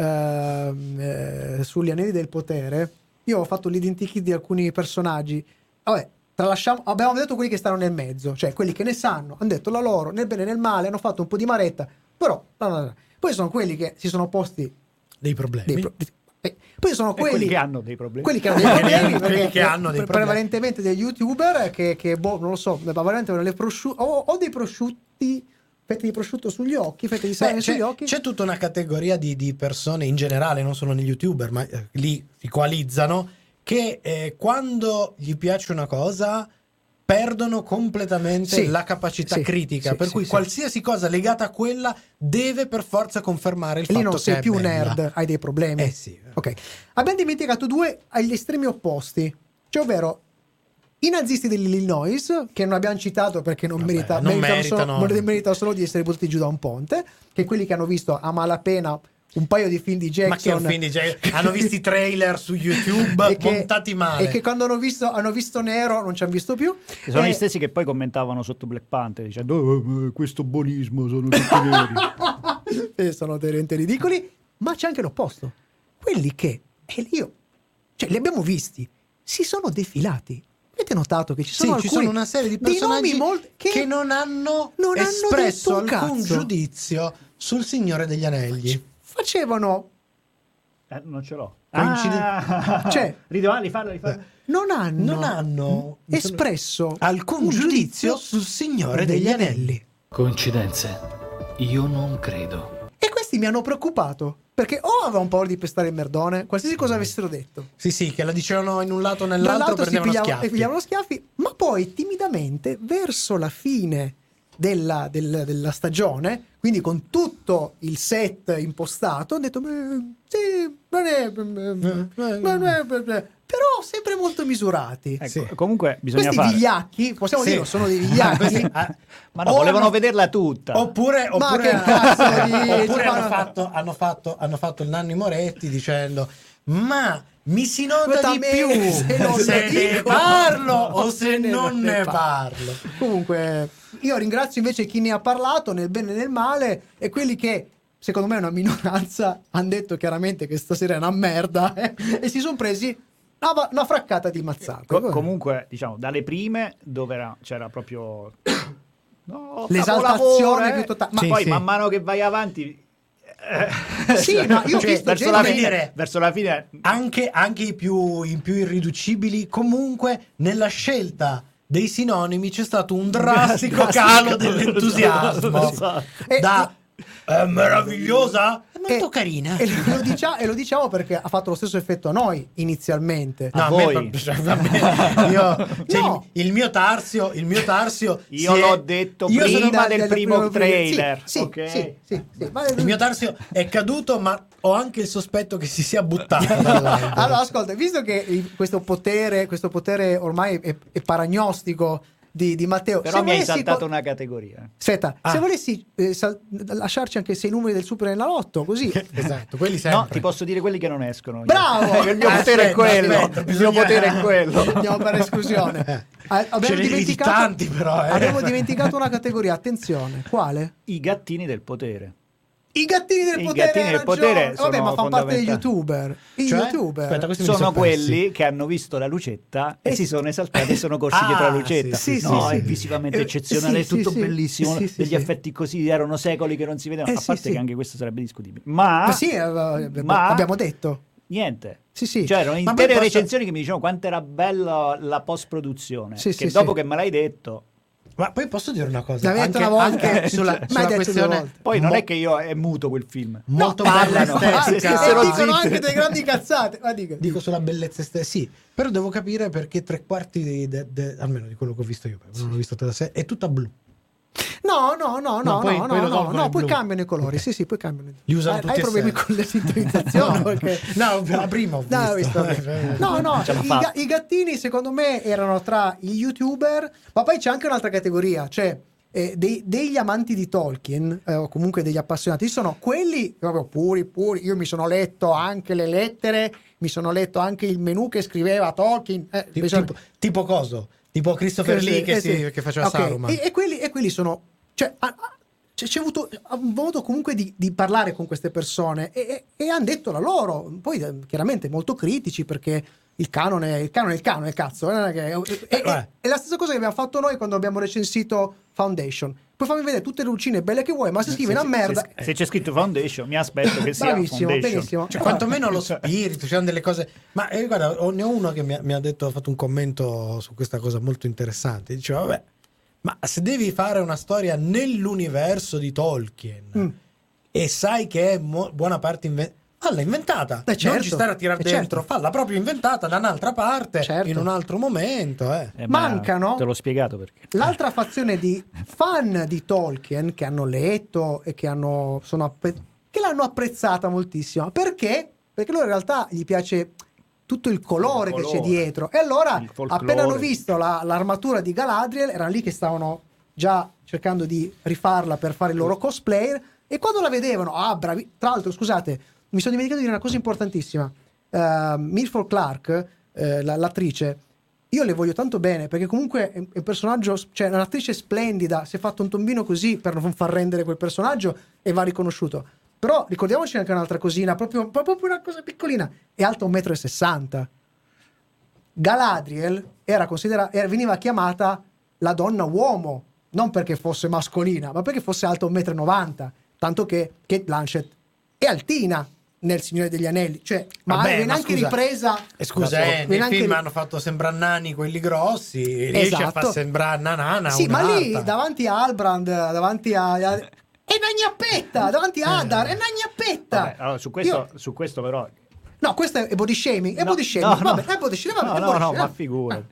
ehm, eh, sugli anelli del potere. Io ho fatto l'identikit di alcuni personaggi. Vabbè, tralasciamo, abbiamo detto quelli che stanno nel mezzo, cioè quelli che ne sanno, hanno detto la loro nel bene e nel male, hanno fatto un po' di maretta, però no, no, no. Poi sono quelli che si sono posti Dei problemi. dei pro- eh, poi sono E quelli, quelli che hanno dei problemi. quelli che hanno dei problemi, Quelli perché che hanno dei pre- problemi. prevalentemente degli youtuber che, che boh, non lo so, veramente hanno le prosciu- o, o dei prosciutti, fette di prosciutto sugli occhi, fette di salame Beh, sugli c'è, occhi. c'è tutta una categoria di, di persone in generale, non solo negli youtuber, ma eh, lì si coalizzano, che eh, quando gli piace una cosa perdono completamente Sì, la capacità sì, critica, sì, per sì, cui sì. qualsiasi cosa legata a quella deve per forza confermare il Lì fatto non che sei è più bella. nerd, hai dei problemi. Eh sì. Ok. Abbiamo dimenticato due agli estremi opposti, cioè ovvero i nazisti dell'Illinois, che non abbiamo citato perché non, Vabbè, merita, non meritano, meritano. Solo, meritano solo di essere buttati giù da un ponte, che quelli che hanno visto a malapena un paio di film di Jackson. Ma che è un film di Jackson? Hanno visto i trailer su YouTube e che- montati male. E che quando hanno visto, hanno visto Nero non ci hanno visto più. Che sono Eh, gli stessi che poi commentavano sotto Black Panther dicendo "Oh, eh, questo buonismo sono tutti neri". e sono veramente ridicoli, ma c'è anche l'opposto. Quelli che, e io, cioè li abbiamo visti, si sono defilati. Avete notato che ci sono Sì, ci alcuni sono una serie di dei personaggi nomi molti- che, che non hanno non hanno espresso detto un alcun cazzo. giudizio sul Signore degli Anelli. facevano, Eh, non ce l'ho. Coincide- Ah, Cioè- Rido- rifallo, rifallo. non hanno, Non hanno espresso alcun un giudizio sul Signore degli Anelli. Coincidenze? Io non credo. E questi mi hanno preoccupato, perché o avevano paura di pestare il merdone, qualsiasi cosa avessero detto. Sì, sì, che la dicevano in un lato o nell'altro, Dall'altro si prendevano pigliavano, schiaffi. e pigliavano schiaffi, ma poi timidamente verso la fine della, del- della stagione, quindi con tutto il set impostato, hanno detto "Beh, sì, non è, non è- però sempre molto misurati. Ecco, Sì. comunque bisogna Questi fare. vigliacchi, possiamo Sì. dirlo, sono dei vigliacchi. Questi- ah, Ma no, o volevano hanno- vederla tutta. Oppure, Ma oppure, che cazzo di- oppure ci hanno, fanno- fatto, hanno, fatto, hanno fatto il Nanni Moretti dicendo ma mi si nota Nota di me più se non se ne ne dico, parlo o se se non ne ne parlo. parlo. Comunque, io ringrazio invece chi ne ha parlato nel bene e nel male e quelli che, secondo me, è una minoranza, hanno detto chiaramente che stasera è una merda eh, e si sono presi una, va- una fraccata di mazzate. Co- comunque, diciamo, dalle prime dove era- c'era proprio no, L'esaltazione capolavoro, eh. più totale. Ma Sì, poi sì. man mano che vai avanti eh, Sì, no, io ho cioè, visto verso, gente- la Come fine, dire, verso la fine Anche, anche i, più, i più irriducibili, comunque nella scelta dei sinonimi c'è stato un drastico calo dell'entusiasmo. Esatto. E- Da "È meravigliosa, è molto e- carina. E lo, diciamo, e lo diciamo perché ha fatto lo stesso effetto a noi inizialmente. A a me voi. proprio- cioè, va bene, io- cioè, No. il, il mio tarsio, il mio tarsio io si è- l'ho detto io sono- prima Da- del del primo primo- trailer, Sì, ok? sì, sì, sì. Ma- il mio tarsio è caduto, ma ho anche il sospetto che si sia buttato dall'albero. Allora, ascolta, visto che il- questo potere, questo potere ormai è, è paragnostico di, di Matteo, Però se mi hai volessi saltato co- una categoria. Aspetta, Ah. se volessi eh, sal- lasciarci anche sei numeri del Super Enalotto, così. Esatto, quelli No, sempre. ti posso dire quelli che non escono. Bravo! Il mio Aspetta, potere è quello. aspetta, il bisogna- mio potere è quello. Andiamo per esclusione. Ah, abbiamo Ce ne devi di dimenticato, tanti, però, eh. abbiamo dimenticato una categoria, attenzione, quale? I gattini del potere. I gattini del I potere, gattini hai del ragione. potere Vabbè, sono ma fanno parte degli fondamentali. youtuber. I Cioè? youtuber Aspetta, questi mi Sono sono persi. quelli che hanno visto la lucetta e Eh, si sono esaltati e sono corsi Ah, dietro la lucetta. sì, sì, no, sì, è sì. visivamente Eh, eccezionale, sì, è tutto sì, sì. bellissimo, Sì, sì, degli sì. effetti così, erano secoli che non si vedevano, Eh, a sì, parte sì. che anche questo sarebbe discutibile. Ma, Ma sì, eh, ma- abbiamo detto. niente. Sì, sì. C'erano Ma intere poi posso- recensioni che mi dicevano quanto era bella la post-produzione. Sì, che sì, dopo sì. che me l'hai detto, Ma poi posso dire una cosa? L'hai detto Anche, una volta. anche sulla, Cioè, sulla m'hai detto due questione volte. poi non mo- è che io è muto quel film. molto No, bella parlano. estetica. Se E stessero dicono zitti. anche delle grandi cazzate. Ma dica, Dico sulla bellezza estetica, sì, però devo capire perché tre quarti di, de- de- almeno di quello che ho visto io, perché non l'ho visto tutta la serie, è tutta blu. No, no, no, no, No, no, poi- no, poi lo no, tolgono no, il poi blu. cambiano i colori. Ok. Sì, sì, poi cambiano. Li usano hai, tutti hai e problemi sei. con le sintonizzazioni? No, Perché... no, per la prima ho No, ho visto. visto. No, no, Ce l'ha i, fatta. ga- i gattini secondo me erano tra gli youtuber, ma poi c'è anche un'altra categoria, cioè eh, dei- degli amanti di Tolkien, eh, o comunque degli appassionati, sono quelli proprio puri, puri. Io mi sono letto anche le lettere, mi sono letto anche il menù che scriveva Tolkien. eh, Ti- mi sono- tipo, tipo coso? Tipo Christopher Eh, Lee sì, che, eh, si- sì. che faceva Ok, Saruman. E, e quelli, e quelli sono. Cioè, ha- ha- c'è, c'è avuto un modo comunque di, di parlare con queste persone e, e, e hanno detto la loro. Poi, eh, chiaramente, molto critici perché il canone, il canone è il canone, cazzo. non è che- e- e- guarda. è la stessa cosa che abbiamo fatto noi quando abbiamo recensito Foundation. Puoi farmi vedere tutte le lucine belle che vuoi, ma se scrivi Se- una merda. se, se c'è scritto Foundation, mi aspetto che sia Bravissimo, Foundation. benissimo. Cioè, Allora, quantomeno lo spirito, c'erano delle cose. Ma eh, guarda, ho- ne ho uno che mi ha, mi ha detto, ha fatto un commento su questa cosa molto interessante. Diceva, vabbè, ma se devi fare una storia nell'universo di Tolkien Mm. e sai che è mo- buona parte inventata, falla inventata. Eh, certo. Non ci stare a tirare Eh, dentro, certo. falla proprio inventata da un'altra parte, Certo. in un altro momento. Eh. Eh, ma Mancano- Te l'ho spiegato perché. L'altra fazione di fan di Tolkien che hanno letto e che, hanno, sono appe- che l'hanno apprezzata moltissimo. Perché? Perché loro in realtà gli piace tutto il colore, Il che colore. c'è dietro. E allora, Il folklore. appena hanno visto la- l'armatura di Galadriel, erano lì che stavano già cercando di rifarla per fare il loro cosplayer. E quando la vedevano, ah, bravi. Tra l'altro, scusate, mi sono dimenticato di dire una cosa importantissima. Uh, Milford Clark, eh, la- l'attrice, io le voglio tanto bene perché comunque è è un personaggio, cioè è un'attrice splendida, si è fatto un tombino così per non far rendere quel personaggio e va riconosciuto. Però ricordiamoci anche un'altra cosina, proprio, proprio una cosa piccolina, è alta un metro e sessanta. Galadriel era considerata, era- veniva chiamata la donna uomo, non perché fosse mascolina, ma perché fosse alta un metro e novanta, tanto che Kate Blanchett è altina nel Signore degli Anelli, cioè, ma Vabbè, viene ma anche scusa, ripresa. E scusa, da- eh, viene nei anche film ri- hanno fatto sembrare nani quelli grossi, riesce a Esatto. far sembrare nanana Sì, ma lì un'altra. davanti a Albrand, davanti a, a- è una gnappetta, davanti a Adar, è una gnappetta. Vabbè, allora, su questo, Io- su questo però. No, questo è body shaming, è No, body shaming, no, no. vabbè, è body shaming, vabbè, No, è no, body no, shaming. ma figurati.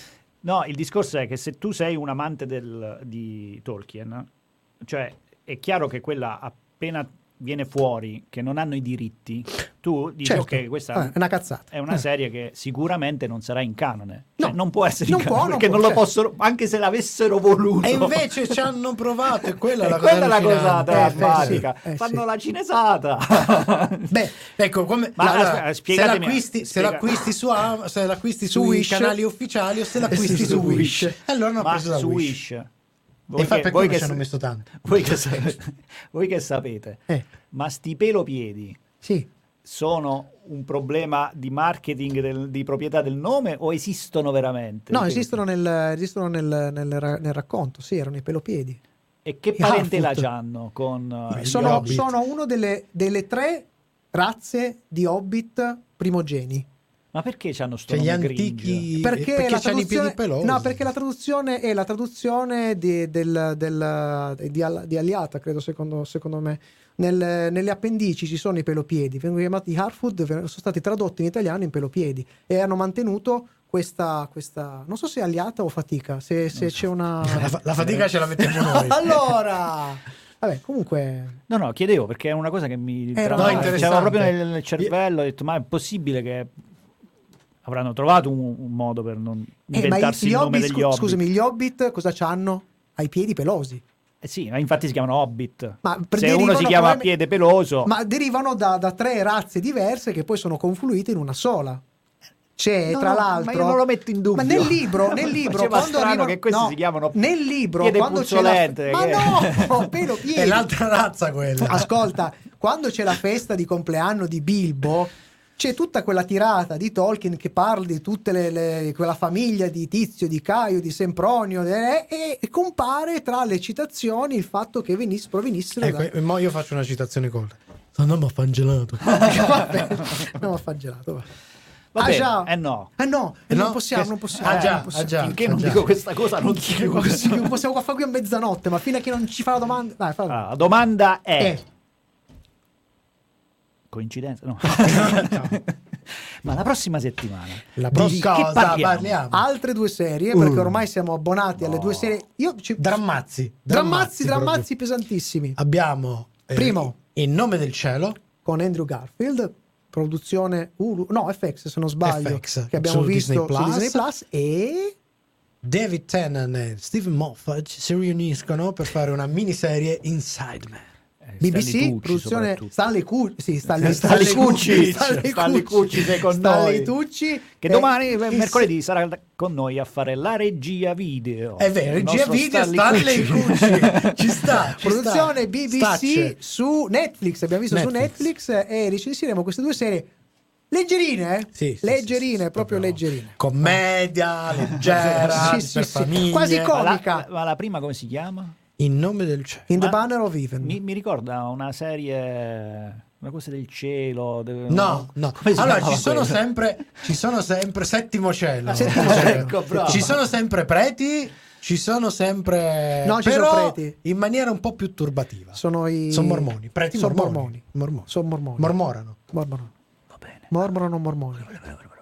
No, il discorso è che se tu sei un amante del- di Tolkien, cioè è chiaro che quella appena viene fuori, che non hanno i diritti, tu dici Certo. ok, questa Eh, è una cazzata. è una Eh. serie che sicuramente non sarà in canone. Cioè, No. non può essere Non in può, canone non perché può, non lo certo. possono, anche se l'avessero voluto. E invece ci hanno provato, e quella è E la cosa quella è la cosa allucinante. drammatica. Eh, sì, eh, Fanno sì. la cinesata. Beh, ecco, come Ma allora, aspetta, se spiegatemi- l'acquisti, se spiega- l'acquisti su Am- se l'acquisti Su sui Wish. canali ufficiali o se l'acquisti sì, su su Wish. Wish. Allora hanno Ma preso da su Wish. Wish. E infatti per quello ci hanno sa- messo tanto. voi che sapete, voi che sapete Eh. ma sti pelopiedi Sì. sono un problema di marketing del- di proprietà del nome o esistono veramente? No, Che- esistono nel, esistono nel, nel ra- nel racconto, sì, erano i pelopiedi. E che i parentela Harfoot. c'hanno con uh, gli Sono, Hobbit? sono una delle, delle tre razze di Hobbit primogeni. Ma perché c'hanno sto Cioè gli nome antichi Perché, perché la c'hanno i piedi traduzione, pelosi. no, perché la traduzione è la traduzione di, del, del, di, Al- di Aliata, credo, secondo, secondo me. Nel- nelle appendici ci sono i pelopiedi, vengono chiamati Harfoot, sono stati tradotti in italiano in pelopiedi e hanno mantenuto questa, questa non so se è Aliata o fatica, se, se c'è una... La, fa- la fatica ce la mettiamo noi. Allora, vabbè, comunque... No, no, chiedevo perché è una cosa che mi Era- tra- no, c'era interessante. proprio nel, nel cervello, ho detto ma è possibile che avranno trovato un, un modo per non Eh, ma inventarsi gli il nome Hobbit, degli scu- Hobbit. scusami, gli Hobbit cosa c'hanno? Ai piedi pelosi. Eh sì, ma infatti si chiamano Hobbit. Ma per- Se uno derivano si chiama a probabilmente- piede peloso, Ma derivano da, da tre razze diverse che poi sono confluite in una sola. c'è No, tra no, l'altro, ma io non lo metto in dubbio. ma nel libro, nel libro Faceva quando strano arriva, che questi no, si chiamano nel libro piede quando c'è la, puzzolente, ma che- no, pelo piedi. È l'altra razza quella. Ascolta, quando c'è la festa di compleanno di Bilbo, c'è tutta quella tirata di Tolkien che parla di tutte le, le- quella famiglia di Tizio, di Caio, di Sempronio, eh, e, e compare tra le citazioni il fatto che venisse, provenissero Ecco, da... e mo io faccio una citazione corta. Andiamo a fare un gelato. Vabbè, andiamo a fare gelato. Va. Vabbè, ah già, eh no. eh no, eh, No? non possiamo, Che- non possiamo. ah eh, già, non possiamo. ah già. Finché non già. dico questa cosa non si Non chiude. possiamo, non possiamo qua fare qui a mezzanotte, ma fino a che non ci fa la domanda. Dai, fa Ah, la domanda è... Eh. Coincidenza? No. Ma la prossima settimana La di prossima che cosa parliamo? parliamo? altre due serie, perché Uh. ormai siamo abbonati alle No. due serie. Io ci... Drammazzi. Drammazzi, proprio. drammazzi pesantissimi. Abbiamo eh, Primo. In nome del cielo. Con Andrew Garfield, produzione Hulu, no, F X se non sbaglio, F X, che abbiamo su visto Disney su Plus. Disney Plus, e David Tennant e Stephen Moffat si riuniscono per fare una miniserie Inside Man. Eh, B B Stanley C, Tucci produzione soprattutto. Stanley Cucci, sì, Stanley, Stanley Stanley Cucci, Stanley Stanley Cucci sei con Stanley noi. Tucci, Che eh, domani, il- mercoledì, sarà con noi a fare la regia video. È vero, Il regia nostro video Stanley Cucci. Ci sta. ci produzione sta. B B C Stacce. su Netflix, abbiamo visto Netflix. su Netflix e recensiremo queste due serie leggerine, eh? Sì, sì, leggerine, sì, sì, proprio proprio leggerine. Commedia, leggera, Sì, sì, per sì, famiglie. quasi Ma la, comica. ma la prima come si chiama? In nome del cielo. In the Ma- Banner of Even. Mi, mi ricorda una serie, una cosa del cielo. de- No, no. Come si Allora chiamava ci sono quella? sempre ci sono sempre settimo cielo. Settimo Cioè, cielo. Ecco, bravo. ci sono sempre preti, ci sono sempre No, ci però sono preti. in maniera un po' più turbativa. Sono i Sono mormoni, preti sono mormoni. mormoni. Mormoni. Sono mormoni. Mormorano. Mormorano. Va bene. Mormorano mormoni.